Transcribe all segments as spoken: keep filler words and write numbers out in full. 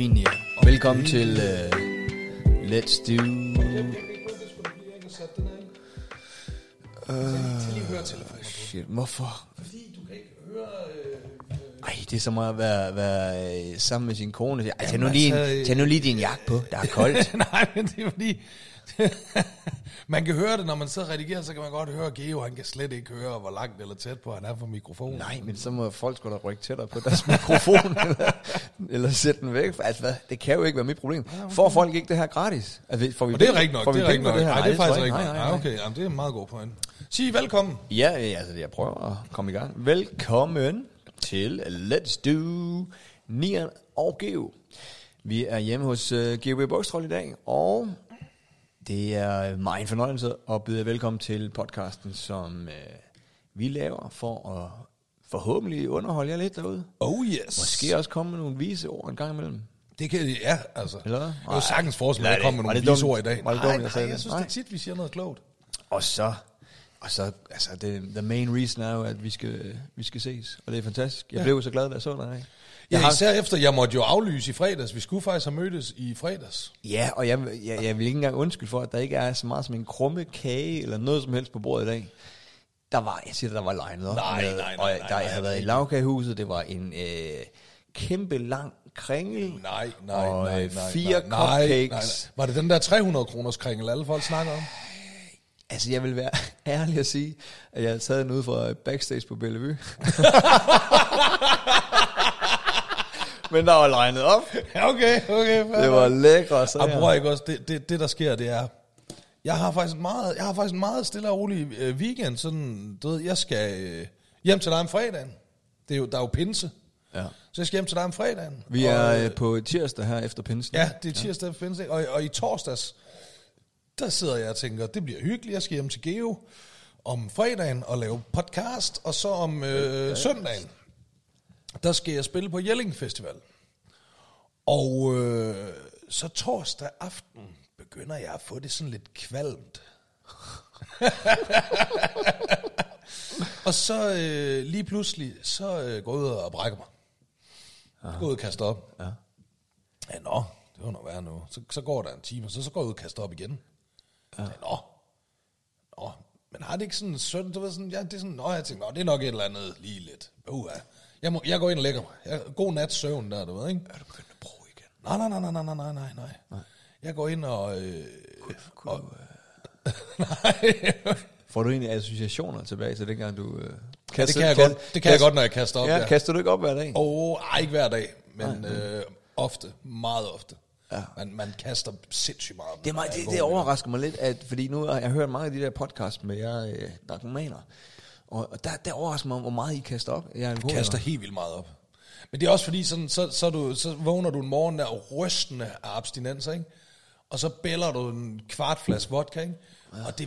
Fint, ja. Velkommen til uh, Let's Do... Uh, shit, hvorfor? Fordi du kan ikke høre... Øh, Ej, det er som at være, være øh, sammen med sin kone. Ej, tag, nu Jamen, lige altså, en, tag nu lige din jakke på, der er koldt. Nej, men det er fordi... man kan høre det, når man sidder og redigerer, så kan man godt høre Geo. Han kan slet ikke høre, hvor langt eller tæt på han er fra mikrofonen. Nej, men så må folk sgu da rykke tættere på deres mikrofon, eller, eller sætte den væk. Altså, hvad? Det kan jo ikke være mit problem. Ja, okay. Får folk ikke det her gratis? Altså, får vi og det er rigtigt nok. Får vi det er rigtigt nok. det her? Nej, det er faktisk rigtigt nej, nok. nej, nej. Ja, okay, jamen, det er en meget god point. Sig velkommen. Ja, altså, jeg prøver at komme i gang. Velkommen til Let's Do Nian og Geo. Vi er hjemme hos uh, Geo B. Bogstrøl i dag, og det er mig en fornøjelse at byde jer velkommen til podcasten, som uh, vi laver for at forhåbentlig underholde jer lidt derude. Oh yes. Måske også komme med nogle vise ord en gang imellem. Det kan ja, altså. Eller? Jeg vil sagtens forestille mig, at Nej, jeg kommer med var det nogle vise dumt? ord i dag. Var det Nej, dumt, jeg sagde nej, jeg det? synes, Nej. det er tit, vi siger noget klogt. Og så, og så altså, det, the main reason er jo, at vi skal, vi skal ses, og det er fantastisk. Jeg Ja. blev så glad, da jeg så dig. Jeg Ja, har- især efter, jeg måtte jo aflyse i fredags. Vi skulle faktisk have mødtes i fredags. Ja, og jeg, jeg, jeg vil ikke engang undskylde for, at der ikke er så meget som en krumme kage, eller noget som helst på bordet i dag. Der var, jeg siger, der var legnet op. Nej, med, nej, nej, Og nej, der, nej, jeg havde nej, været i lavkagehuset, det var en øh, kæmpe lang kringel. Nej, nej, Og, nej, øh, nej. fire nej, nej, cupcakes. Nej, nej. Var det den der tre hundrede kroners kringel, alle folk snakker om? Altså, jeg vil være ærlig at sige, at jeg havde taget den ud fra backstage på Bellevue. Men der var legnet op. Ja, okay, okay. Det var lækre. Så Jeg her. bruger ikke også, det, det, det der sker, det er, jeg har faktisk en meget, jeg har faktisk en meget stille og rolig øh, weekend, sådan, du ved, jeg skal øh, hjem til dig om fredagen. Det er jo, der er jo pinse. Ja. Så jeg skal hjem til dig om fredagen. Vi og, er øh, øh, på tirsdag her efter pinsen. Ja, det er tirsdag ja. Pinse, og, og i torsdags, der sidder jeg og tænker, det bliver hyggeligt, jeg skal hjem til Geo om fredagen og lave podcast, og så om øh, ja. søndagen, der skal jeg spille på Jelling Festival. Og øh, så torsdag aften begynder jeg at få det sådan lidt kvalmt. Og så øh, lige pludselig, så øh, går jeg ud og brækker mig. Ja. Går ud og kaster op. Ja. Ja, nå, det var nok værre nu. Så, så går der en time, så, så går jeg ud og kaster op igen. Ja. Ja, nå. Nå, men har det ikke sådan søn, du ved sådan, ja, det er sådan, nå, jeg tænker, nå, det er nok et eller andet lige lidt. Uh, ja. jeg, må, jeg går ind og lægger mig. Jeg, god nat søvn der, du ved, ikke? Er du begyndt at bruge igen? Nej, nej, nej, nej, nej, nej, nej, nej. nej. Jeg går ind og... Øh, Kunne, og øh, nej. får du egentlig associationer tilbage til dengang du... Øh, Ja, det kan jeg godt, det kan jeg godt, når jeg kaster op. Ja, Ja. kaster du ikke op hver dag? Og ej, ikke hver dag, men øh, ofte, meget ofte. Ja. Man, man kaster sindssygt meget. Det, er meget, det, det overrasker mig lidt, at, fordi nu har jeg hørt mange af de der podcast med jer øh, narkomaner, og der, der overrasker mig, hvor meget I kaster op. Jeg Jeg kaster helt vildt meget op. Men det er også fordi, sådan, så, så, du, så vågner du en morgen der rystende af abstinenser, ikke? Og så bæller du en kvart flaske vodka, ikke? Ja. Og det,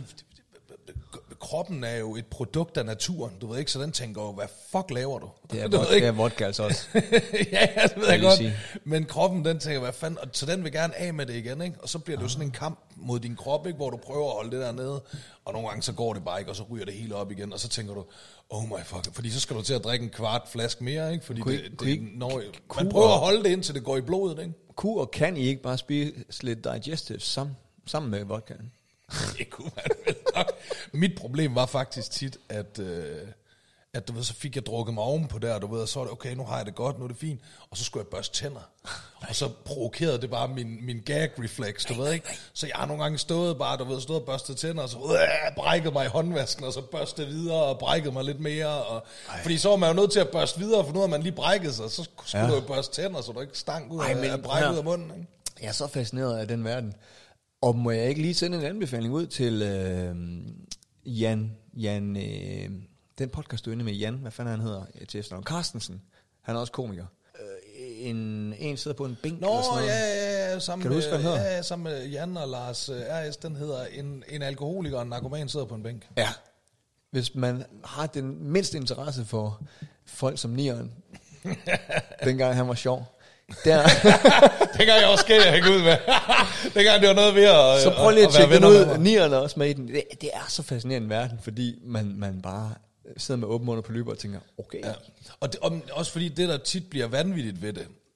kroppen er jo et produkt af naturen, du ved ikke, så den tænker jo, hvad fuck laver du? Det er, du vodka, det er vodka altså også. ja, ja, det ved jeg lige godt. sige. Men kroppen, den tænker, hvad fanden, og så den vil gerne af med det igen, ikke? Og så bliver det jo sådan en kamp mod din krop, ikke? Hvor du prøver at holde det der nede, og nogle gange så går det bare ikke, og så ryger det hele op igen, og så tænker du, oh my fuck, fordi så skal du til at drikke en kvart flaske mere, ikke? Fordi Kunne I- det, kunne I- det, når, kunne man prøver og- at holde det indtil det går i blodet, ikke? Kunne og kan I ikke bare spise lidt digestive sammen, sammen med vodkaen? Det kunne man vel nok. Mit problem var faktisk tit, at, øh, at du ved, så fik jeg drukket mig ovenpå der, du ved, og så var det, okay, nu har jeg det godt, nu er det fint, og så skulle jeg børste tænder. Og så provokerede det bare min, min gag-reflex, du ved ikke? Så jeg har nogle gange stået bare, du ved, stået og børstet tænder, og så øh, brækket mig i håndvasken, og så børste videre, og brækket mig lidt mere. Og, fordi så var man jo nødt til at børste videre, for nu har man lige brækket sig, så skulle Ja. du jo børste tænder, så du ikke stank ud Ej, af, men af brækket her- af munden, ikke? Jeg er så fascineret af den verden. Og må jeg ikke lige sende en anbefaling ud til øh, Jan, Jan øh, den podcast, du er inde med, Jan, hvad fanden han hedder, til efternavn, Carstensen. Han er også komiker. Øh, en, en sidder på en bænk Nå, eller sådan noget. ja, ja, ja. Sammen Kan du huske, hvad med, den hedder? ja, ja, sammen med Jan og Lars uh, R S, den hedder en, en alkoholiker og en narkoman sidder på en bænk. Ja. Hvis man har den mindste interesse for folk som Nieren, dengang han var sjov, der, Dengang jeg også skæld, jeg hængte ud med. Dengang det var noget ved at så prøv lige at at være tjekke den venner med ud. mig. Nieren er også med i den. Det, det er så fascinerende en verden, fordi man, man bare sidder med åben mund og polypper og tænker, okay. Ja. Og, det, og også fordi det, der tit bliver vanvittigt ved det,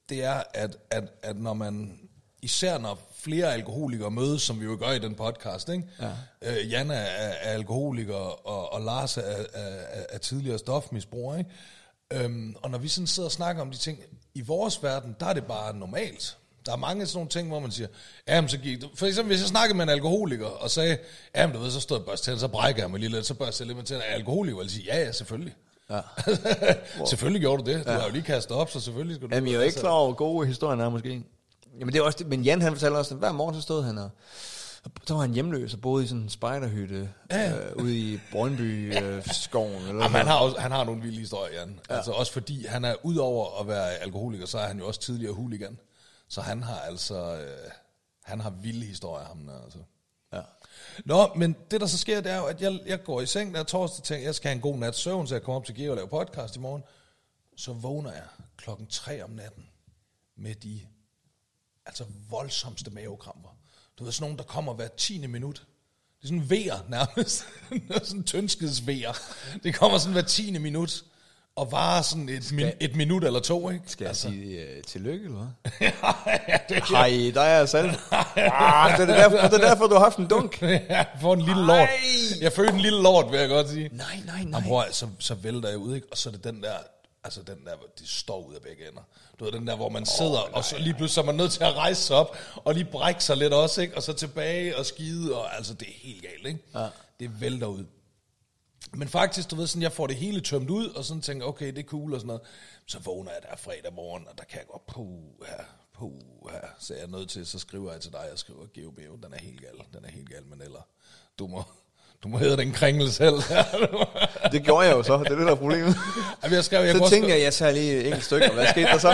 det er, at, at, at når man, især når flere alkoholikere mødes, som vi jo gør i den podcast, ikke? Ja. Øh, Jan er, er alkoholiker, og, og Lars er, er, er, er tidligere stofmisbruger, ikke? Øhm, og når vi sådan sidder og snakker om de ting, i vores verden, der er det bare normalt. Der er mange sådan nogle ting, hvor man siger, jamen så gik for eksempel, hvis jeg snakkede med en alkoholiker, og sagde, jamen du ved, så stod jeg børst tænder, så brækker jeg mig lige lidt, så børst jeg lidt med tænder, er jeg alkoholiker? Og jeg sige, ja, ja, selvfølgelig. Ja. Selvfølgelig gjorde du det. Du ja. har jo lige kastet op, så selvfølgelig skal du... Jamen, jeg er jo ikke klar over, gode historier er måske. Jamen, det er også det. Men Jan, han fortalte også, at hver morgen så stod han og... Så var han hjemløs og boede i sådan en spejderhytte ja. øh, ude i Brøndby øh, skoven. Eller Jamen, han, har også, han har nogle vilde historier, Jan. Ja. Altså også fordi han er, udover at være alkoholiker, så er han jo også tidligere hooligan. Så han har altså... Øh, han har vilde historier, ham altså. Ja. Nå, men det der så sker, det er jo, at jeg, jeg går i seng der torsdag, tænker, jeg skal have en god nat søvn, så jeg kommer op til Geo og laver podcast i morgen. Så vågner jeg klokken tre om natten med de altså voldsomste mavekramper. Du ved, sådan nogen, der kommer hver tiende minut. Det er sådan en vejer nærmest. Sådan en tyndskidsvejer. Det kommer sådan hver tiende minut. Og varer sådan et, min, et minut eller to, ikke? Skal jeg altså. sige uh, tillykke, eller hvad? ja, det er Hej, der er selv. ah, det, er derfor, det er derfor, du har haft en dunk. ja, for en lille lort. Jeg følte en lille lort, vil jeg godt sige. Nej, nej, nej. Og bror, så, så vælter jeg ud, ikke? Og så er det den der, altså den der, de står ud af begge ender. Du ved, den der, hvor man sidder, oh, og så lige pludselig så er man nødt til at rejse sig op, og lige brække sig lidt også, ikke? Og så tilbage og skide, og altså, det er helt galt, ikke? Ja. Det vælter ud. Men faktisk, du ved, sådan, jeg får det hele tømt ud, og sådan tænker, okay, det er cool og sådan noget. Så vågner jeg der fredag morgen, og der kan jeg gå, puh her, puh her. Så jeg er nødt til, så skriver jeg til dig, jeg skriver, G O B O, den er helt gal, den er helt gal, men eller, du må, du må hedde den kringle selv. det gjorde jeg jo så, det er det, der er problemet. Jamen, jeg skrev, jeg så tænkte jeg, jeg tager lige enkelt stykke, hvad skete der så?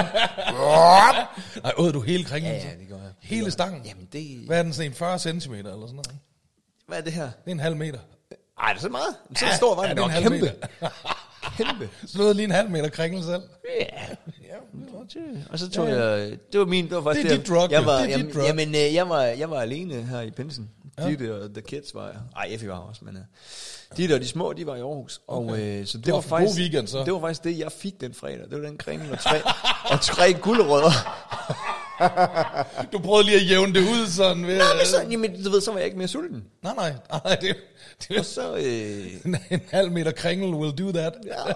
Nej, åd du hele kringlen? Ja, ja, det gør jeg. Hele stangen? Jamen, det... Hvad er den, sådan en fyrre centimeter eller sådan noget? Hvad er det her? Det er en halv meter. Ej, det er så meget. Så ja, stor var den. Ja, det er en kæmpe. Kæmpe. Så nåede lige en halv meter kringel selv. Ja. Og så tog ja, ja. jeg... Det var min... Det var faktisk det er dit drug, jeg var, det er jamen, dit drug. Jamen, jeg var, jeg var alene her i pinsen. Ja. Ditte og The Kids var jeg. Ej, Effie var også, men... Uh, Ditte og de små, de var i Aarhus. Okay. Og øh, så det, det var, var faktisk... weekend, så. Det var faktisk det, jeg fik den fredag. Det var den creme og tre, og tre gulerødder. Du prøvede lige at jævne det ud sådan ved... Nej, men så, jamen, du ved, så var jeg ikke mere sulten. Nej, nej, nej, det, det og så... Øh... en halv meter kringle will do that. Ja.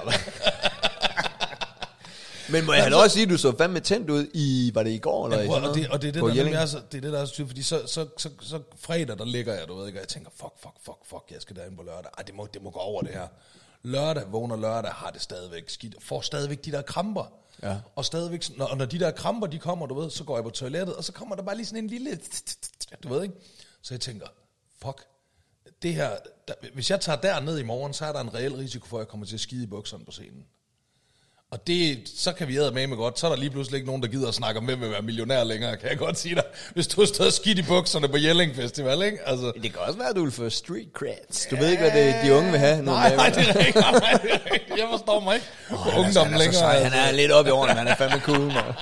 Men må jeg altså, også sige, at du så fandme tændt ud i, var det i går eller ja, i og, og, det, og det er det, der, Jelling? Er så, det er det, der er så tydeligt, fordi så, så, så, så fredag, der ligger jeg, du ved ikke, og jeg tænker, fuck, fuck, fuck, fuck, jeg skal derind på lørdag. Ej, det må, det må gå over det her. Lørdag, vågner lørdag, har det stadigvæk skidt, får stadigvæk de der kramper. Ja. Og stadigvæk, når, og når de der kramper, de kommer, du ved, så går jeg på toilettet, og så kommer der bare lige sådan en lille, du ved ikke. Så jeg tænker, fuck, det her, der, hvis jeg tager derned i morgen, så er der en reel risiko for, at jeg kommer til at skide i bukserne på scenen. Og det, så kan vi æde med med godt, så er der lige pludselig ikke nogen, der gider at snakke om, hvem vil være millionær længere, kan jeg godt sige dig. Hvis du har stået skidt i bukserne på Jelling Festival, ikke? Altså. Det kan også være, at du vil få street creds. Du ja, ved ikke, hvad det, de unge vil have. Nej, nej, det er ikke. Nej, det er ikke. Jeg forstår mig ikke på oh, ungdommen længere. Så altså. Han er lidt oppe i årene, han er fandme cool, man.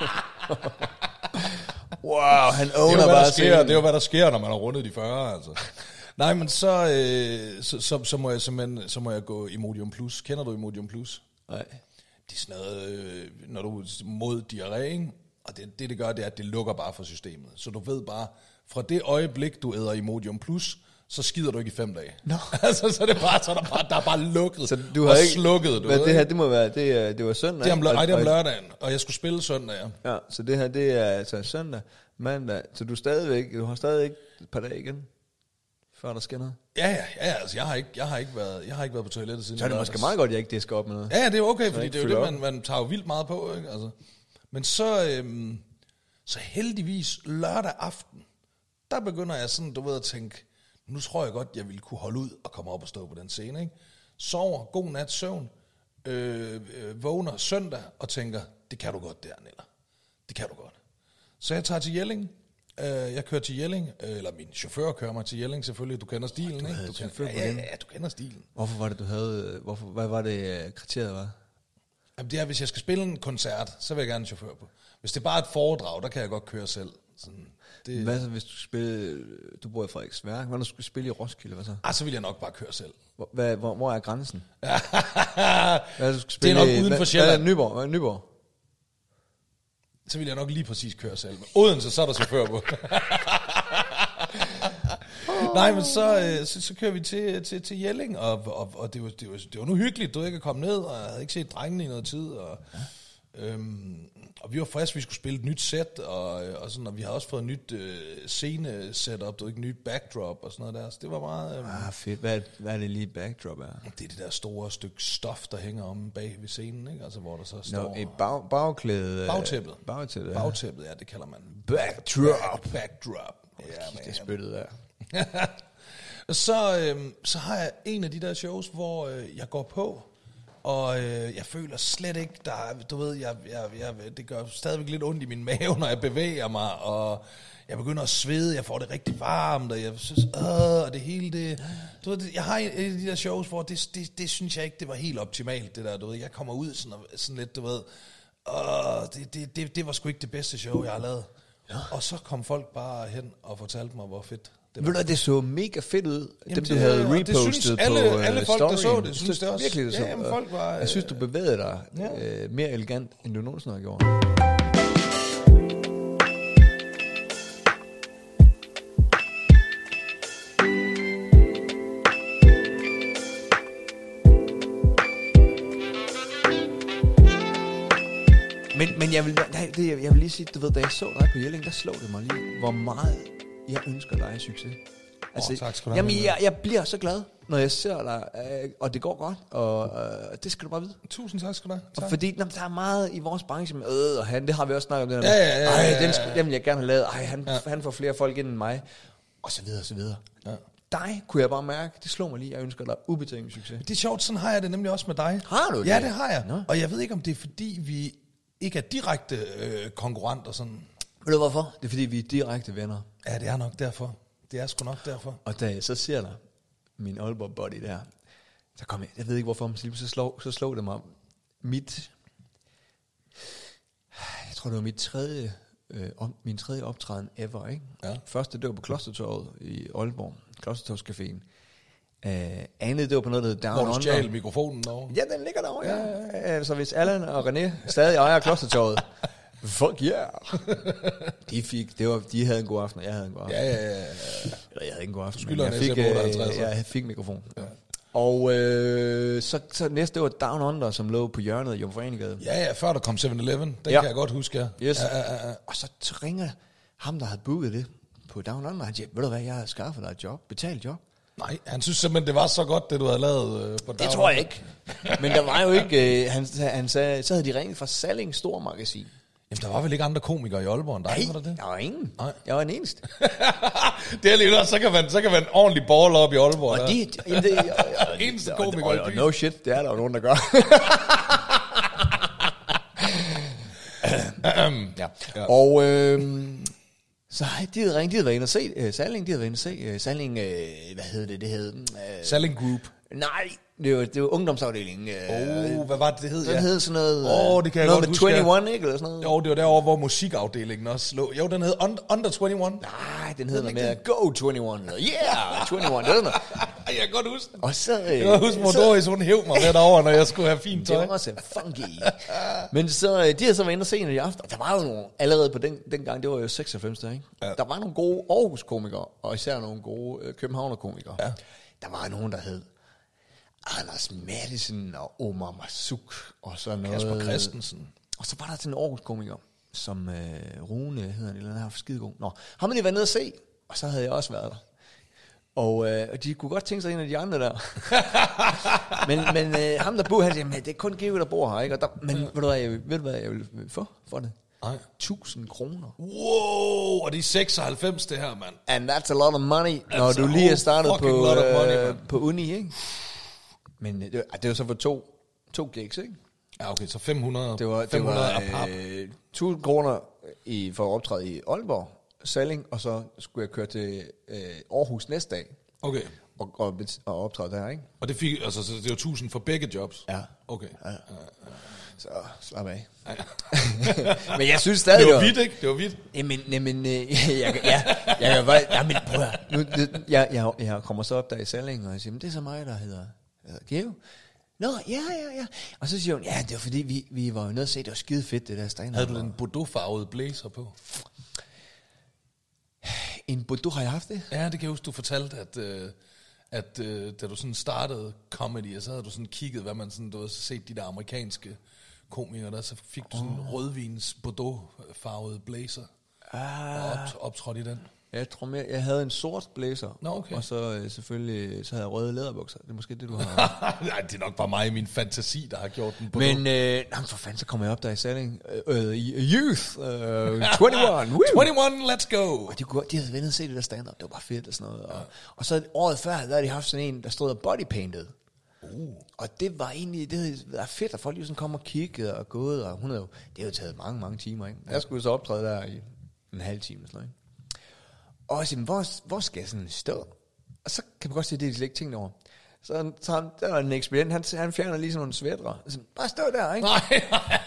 Wow, han owner bare sker. Det er jo, hvad der sker, når man har rundet de fyrre, altså. Nej, men så, øh, så, så, så, må jeg simpelthen, så må jeg gå Imodium Plus. Kender du Imodium Plus? Nej. Det er sådan noget, øh, når du er mod diarré, ikke? Og det, det, det gør, det er, at det lukker bare for systemet. Så du ved bare, fra det øjeblik, du æder Imodium Plus, så skider du ikke i fem dage. No. altså, så er det bare, så er der bare, der er bare lukket så du har og ikke, slukket. Du hvad, ved, det her, det må være, det, det var søndag. Det er om, lø- ej, det er om lørdagen, og jeg skulle spille søndag, ja. Ja, så det her, det er altså søndag, mandag, så du stadigvæk, du har stadig ikke et par dage igen, før der sker noget? Ja, ja, ja, altså jeg har ikke, jeg har ikke været, jeg har ikke været på toilettet siden. Så er det måske meget godt, at jeg ikke disker op med noget. Ja, det er okay, fordi det er jo det, man, man tager jo vildt meget på, ikke? Altså. Men så, øhm, så heldigvis lørdag aften, der begynder jeg sådan, du ved, at tænke, nu tror jeg godt, jeg ville kunne holde ud og komme op og stå på den scene, ikke? Sover, god nat søvn, øh, øh, vågner søndag og tænker, det kan du godt der, Niller. Det kan du godt. Så jeg tager til Jelling. Jeg kører til Jelling, eller min chauffør kører mig til Jelling selvfølgelig. Du kender stilen, du ikke? Du kender, ja, ja, ja, du kender stilen. Hvorfor var det, du havde... Hvorfor, hvad var det, kriteriet var? Jamen, det er, hvis jeg skal spille en koncert, så vil jeg gerne en chauffør på. Hvis det er bare et foredrag, der kan jeg godt køre selv. Sådan, det... Hvad så, hvis du spiller... Du bor i Frederiksværk. Hvad du skulle spille i Roskilde, hvad så? Ah, så vil jeg nok bare køre selv. Hvor, hvad, hvor, hvor er grænsen? hvad, du skal spille det er nok uden for Sjælland. Nyborg? Hvad er Nyborg? så ville jeg nok lige præcis køre selv. Men Odense, så er der chauffør på. Nej, men så, øh, så, så kører vi til, til, til Jelling, og, og, og det, var, det, var, det var nu hyggeligt, du ikke at komme ned, og jeg havde ikke set drengene i noget tid, og, ja. øhm, og vi var friske, vi skulle spille et nyt sæt, og, og, sådan, og vi havde også fået et nyt øh, scene-setup, du ikke, et nyt backdrop og sådan noget der, så det var meget... Øh, ah, fedt. Hvad, hvad er det lige backdrop er? Det er det der store stykke stof, der hænger om bag ved scenen, ikke? Altså, hvor der så står... Nå, et bag, bagklæde... Bagtæppet. Bagtæppet, ja. Bagtæppet, ja, det kalder man. Backdrop. Backdrop. Ja, det er spyttet der. så, øhm, så har jeg en af de der shows, hvor øh, jeg går på, og øh, jeg føler slet ikke, der, du ved, jeg, jeg, jeg, det gør stadigvæk lidt ondt i min mave, når jeg bevæger mig, og jeg begynder at svede, jeg får det rigtig varmt, og jeg synes, øh, og det hele det, du ved, jeg har en af de der shows, hvor det, det, det synes jeg ikke, det var helt optimalt, det der, du ved, jeg kommer ud sådan, sådan lidt, du ved, og det, det, det, det var sgu ikke det bedste show, jeg har lavet. Ja. Og så kom folk bare hen og fortalte mig, hvor fedt det var. Ved du, det så mega fedt ud. Jamen, dem, det, du havde og repostet det synes alle, på alle folk, storyen. der så det, synes det også. Virkelig, det så. Ja, jamen, folk var, jeg synes, du bevægede dig ja. øh, mere elegant, end du nogensinde har gjort. Men, men jeg, vil, nej, det, jeg vil lige sige, du ved, da jeg så dig på Jelling, der slog det mig lige, hvor meget jeg ønsker dig succes. Altså, oh, tak skal du jamen, jeg, jeg bliver så glad, når jeg ser dig, øh, og det går godt, og øh, det skal du bare vide. Tusind tak skal du have. Fordi jamen, der er meget i vores branche med, øh, og han, det har vi også snakket om. Det ja, ja, ja, ja, ja, ja. Ej, den, skal, den vil jeg gerne have lavet. Ej, han, ja. han får flere folk ind end mig, og så videre, og så videre. Ja. Dig kunne jeg bare mærke, det slog mig lige, jeg ønsker dig ubetinget succes. Det er sjovt, sådan har jeg det nemlig også med dig. Har du det? Ja, det har jeg. Nå. Og jeg ved ikke, om det er fordi, vi ikke er direkte øh, konkurrenter sådan. Ved du hvorfor? Det er fordi, vi er direkte venner. Ja, det er nok derfor. Det er sgu nok derfor. Og da jeg så ser dig, min Aalborg body der, så kom jeg, jeg ved ikke hvorfor, men så slog, så slog det mig mit, jeg tror det var mit tredje, øh, om, min tredje optræden ever, ikke? Ja. Første, det var på Klostertorvet i Aalborg, Klostertorvscaféen. Uh, andet, det var på noget, der hedder Down Under. Hvor du stjal mikrofonen derovre. Ja, den ligger derovre, ja. ja. Altså, hvis Allan og René stadig ejer Klostertorvet, fuck yeah. De fik, det var, de havde en god aften, og jeg havde en god aften. Ja, ja, ja. Eller jeg havde en god aften, men jeg fik, øh, jeg fik mikrofon. Ja. Og øh, så, så næste, det var Down Under, som lå på hjørnet i Jomfruenegade. Ja, ja, før der kom syv eleven. Den ja. kan jeg godt huske, ja. Yes. Ja, ja, ja. Og så ringer ham, der havde booket det på Down Under. Han siger, ved du hvad, jeg har skaffet dig et job, betalt job. Nej, han synes simpelthen, det var så godt, det du havde lavet øh, på Down. Det tror jeg ikke. Men der var jo ikke, øh, han, han sagde, så havde de ringet fra Salling Stor Magasin. Jamen, der var vel ikke andre komikere i Aalborg end dig, Nej, var der det? der var ingen. Nej. Jeg var den eneste. Det er lige noget, så kan man, så kan man ordentligt balle op i Aalborg. Og der. de, de, de, de eneste og, komiker og, i og, byen. no shit, det er der jo nogen, der gør. ja. ja. Og øh, så de havde ringet, de havde været inde og se uh, Salling, de havde været inde og se uh, Salling, uh, hvad hed det, det hed? Uh, Salling Group. Nej, det var, det var ungdomsafdelingen. Åh, oh, hvad var det, det hed? Den ja. hed sådan noget, Åh, oh, det kan jeg noget godt med huske. enogtyve, ikke? Eller sådan noget. Jo, det var derovre, hvor musikafdelingen også lå. Jo, den hed Under, under enogtyve. Nej, den hed noget med Go enogtyve. Eller yeah, enogtyve. Det noget. Jeg kan godt huske den. Og så... Jeg kan huske, hvor Doris, hun hæv mig med derovre, når jeg skulle have fint tøj. Det var også funky. Men så, de havde så været inde og se en i aften. Der var jo nogle, allerede på den, den gang, det var jo seksoghalvfems der, ikke? Ja. Der var nogle gode Aarhus-komikere, og især nogle gode øh, Københavner-komikere. Ja. Der var nogen, der hed Anders Madsen og Omar Masuk og sådan noget. Kasper Christensen. Og så var der sådan en Aarhus-komiker, som øh, Rune hedder han, eller han har skidegod. Nå, ham havde de været nede at se, og så havde jeg også været der. Og øh, de kunne godt tænke sig en af de andre der. men men øh, ham der bor, han siger, det er kun Geo, der bor her, ikke? Og der, men ja. ved, du, hvad jeg, ved du hvad jeg vil få for det? Nej. tusind kroner. Wow, og de er seksoghalvfems det her, mand. And that's a lot of money, that's når du lige er startet på, money, øh, på uni, ikke? Men det, det er jo så for to, to gigs, ikke? Ja, okay, så fem hundrede. Det var, fem hundrede det var øh, tusind kroner i, for at optræde i Aalborg, Salling, og så skulle jeg køre til øh, Aarhus næste dag. Okay. Og, og, og optræde der, ikke? Og det fik, altså, så det var tusind for begge jobs? Ja. Okay. Ja. Ja, ja. Så slap af. Ja. Men jeg synes stadig... Det var vidt, ikke? Det var vidt. Jamen, jamen, øh, jeg, ja, jeg kan bare... Jamen, prøv at, nu, det, jeg, jeg, jeg kommer så op der i Salling, og jeg siger, men det er så mig, der hedder, hedder Geo. Nå, ja, ja, ja. Og så siger hun, ja, det var fordi, vi, vi var jo nødt til at se, det var skide fedt, det der stand. Havde du den Bordeaux-farvede blazer på? En Bordeaux, har jeg haft det? Ja, det kan jeg huske, du fortalte, at, øh, at øh, da du sådan startede comedy, og så havde du sådan kigget, hvad man sådan, du havde set de der amerikanske komikere der, så fik du sådan en oh. rødvins Bordeaux-farvede blazer, ah. og op, optrådte i den. Jeg tror mere, jeg havde en sort blazer, Nå, okay. og så øh, selvfølgelig så havde jeg røde læderbukser. Det er måske det, du har. Nej, det er nok bare mig i min fantasi, der har gjort den på. Men øh, nej, for fanden, så kommer jeg op der i Salling. Øh, Youth, øh, enogtyve, enogtyve, let's go! Og de, kunne, de havde ventet at se det der stand-up, det var bare fedt og sådan noget. Og, ja. og så året før, der havde de haft sådan en, der stod og bodypainted. Uh. Og det var egentlig, det havde været fedt, at folk lige sådan kom og kiggede og gået, og hun havde jo, det havde jo taget mange, mange timer, ikke? Jeg skulle så optræde der i en halv time eller sådan noget, ikke? Og jeg siger, hvor, hvor skal jeg sådan stå? Og så kan man godt se, at det er slet ikke tænkt over. Så, så han, der var en ekspedient, han, han fjerner lige sådan nogle svætre. Så bare stå der, ikke? Nej.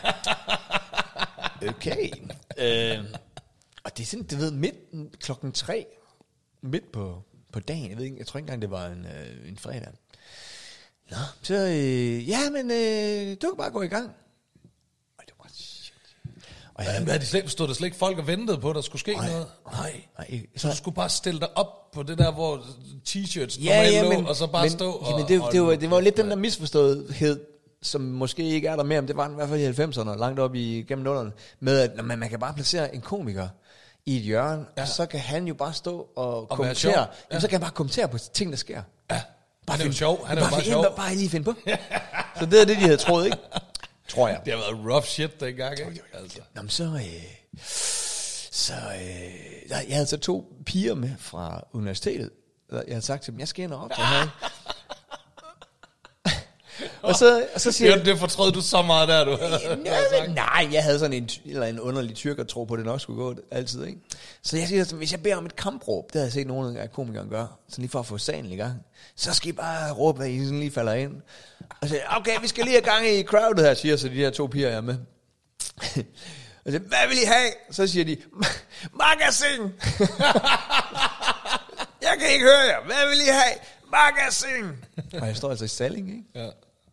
Okay. øh, og det er sådan, du ved, midt klokken tre, midt på, på dagen, jeg ved ikke, jeg tror ikke engang, det var en, øh, en fredag. Nå, så, øh, ja, men øh, du kan bare gå i gang. Og det var shit. Og jeg, ja, de slet, stod der slet ikke folk og ventede på, at der skulle ske nej, noget? Nej. nej. Så du skulle bare stille dig op på det der, hvor t-shirts ja, ja, lå, men, og så bare men, stå og... Jamen, det, det, det, var, det var lidt den der misforståethed, som måske ikke er der mere, men det var den i hvert fald i halvfemserne, langt op i gennem nullerne, med at man, man kan bare placere en komiker i et hjørne, ja. Og så kan han jo bare stå og, og kommentere. Ja. Jamen, så kan han bare kommentere på ting, der sker. Ja. Bare han er jo sjov. Han er bare, bare sjov. Bare, bare lige finde på. Så det er det, de havde troet, ikke? Tror jeg. Det har været rough shit dengang, ikke? Altså. Nå, men så... Øh, så øh, jeg havde så to piger med fra universitetet. Jeg havde sagt til dem, jeg skal ind og optage her. Og så, og så siger det, det fortrød du så meget der, du havde. Nej, nej, jeg havde sådan en, eller en underlig tyrker-tro på, det nok skulle gå altid, ikke? Så jeg siger, hvis jeg beder om et kampråb, det har jeg set nogle af komikerne gøre, så lige for at få sagen i gang, så skal I bare råbe, hvad I sådan lige falder ind. Og så okay, vi skal lige have gang i crowdet her, siger så de her to piger, jeg er med. Og så, hvad vil I have? Så siger de, magasin! Jeg kan ikke høre jer, hvad vil I have? Magasin! Og jeg står altså i Salling, ikke? Ja.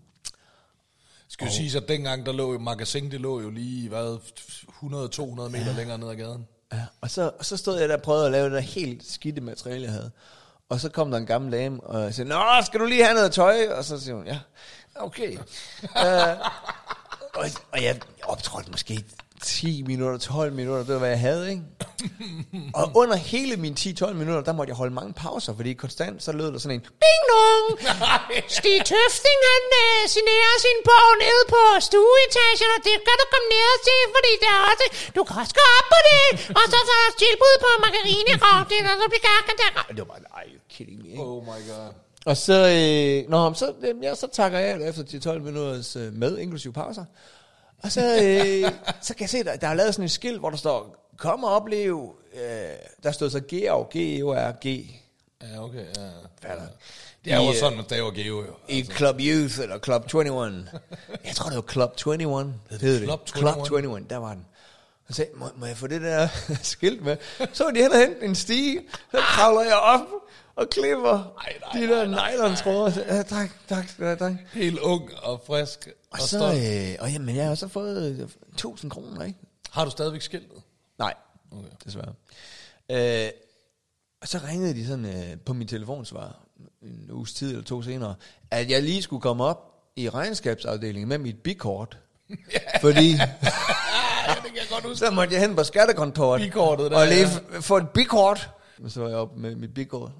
Skal jo sige, at dengang der lå jo magasin, det lå jo lige, hvad, hundrede til to hundrede meter ja. længere ned ad gaden. Ja, og så, og så stod jeg der og prøvede at lave det der helt skidte materiale, jeg havde. Og så kom der en gammel dame, og jeg sagde, nå, skal du lige have noget tøj? Og så siger hun, ja, okay. uh, og, og jeg optrådte måske ti minutter, tolv minutter, det var, hvad jeg havde, ikke? Og under hele mine ti til tolv minutter, der måtte jeg holde mange pauser, fordi konstant, så lød der sådan en ding dong! Stig Tøfting, han uh, signerer sin bog nede på stueetagen, og det kan du komme ned og se, fordi der er også, du kan også gå op på det, og så er der tilbud på margarineraften, og så bliver gakken der. Det var bare, ej, kidding me, ikke? Oh my god. Og så, øh, nå, så, ja, så takker jeg efter ti til tolv minutters øh, med, inklusive pauser. Og så, øh, så kan jeg se, der, der er lavet sådan et skilt, hvor der står, kom og opleve, øh, der stod så Georg, G E O R G. Ja, okay, ja. Fatter. Det er I, jo sådan, man staver Geo jo. I altså. Club Youth, eller Club enogtyve. Jeg tror, det var Club enogtyve. Det hed Club det. Club enogtyve, der var den. Og så sagde, må, må jeg få det der skilt med? Så var de hen og hente en stige, så kravler jeg op og klipper ej, nej, de der nylon-tråder. Ja, tak, tak, tak, tak. Helt ung og frisk og, og så, øh, og jamen, jeg har så fået tusind kroner, ikke? Har du stadigvæk skiltet? Nej, okay. Desværre. Øh, og så ringede de sådan øh, på min telefonsvar, en uges tid eller to senere, at jeg lige skulle komme op i regnskabsafdelingen med mit bikort. Fordi ja, det kan jeg godt huske. Så måtte jeg hen på skattekontoret Bikortet der, og lige ja. få et bikort. Og så var jeg op med mit bikort.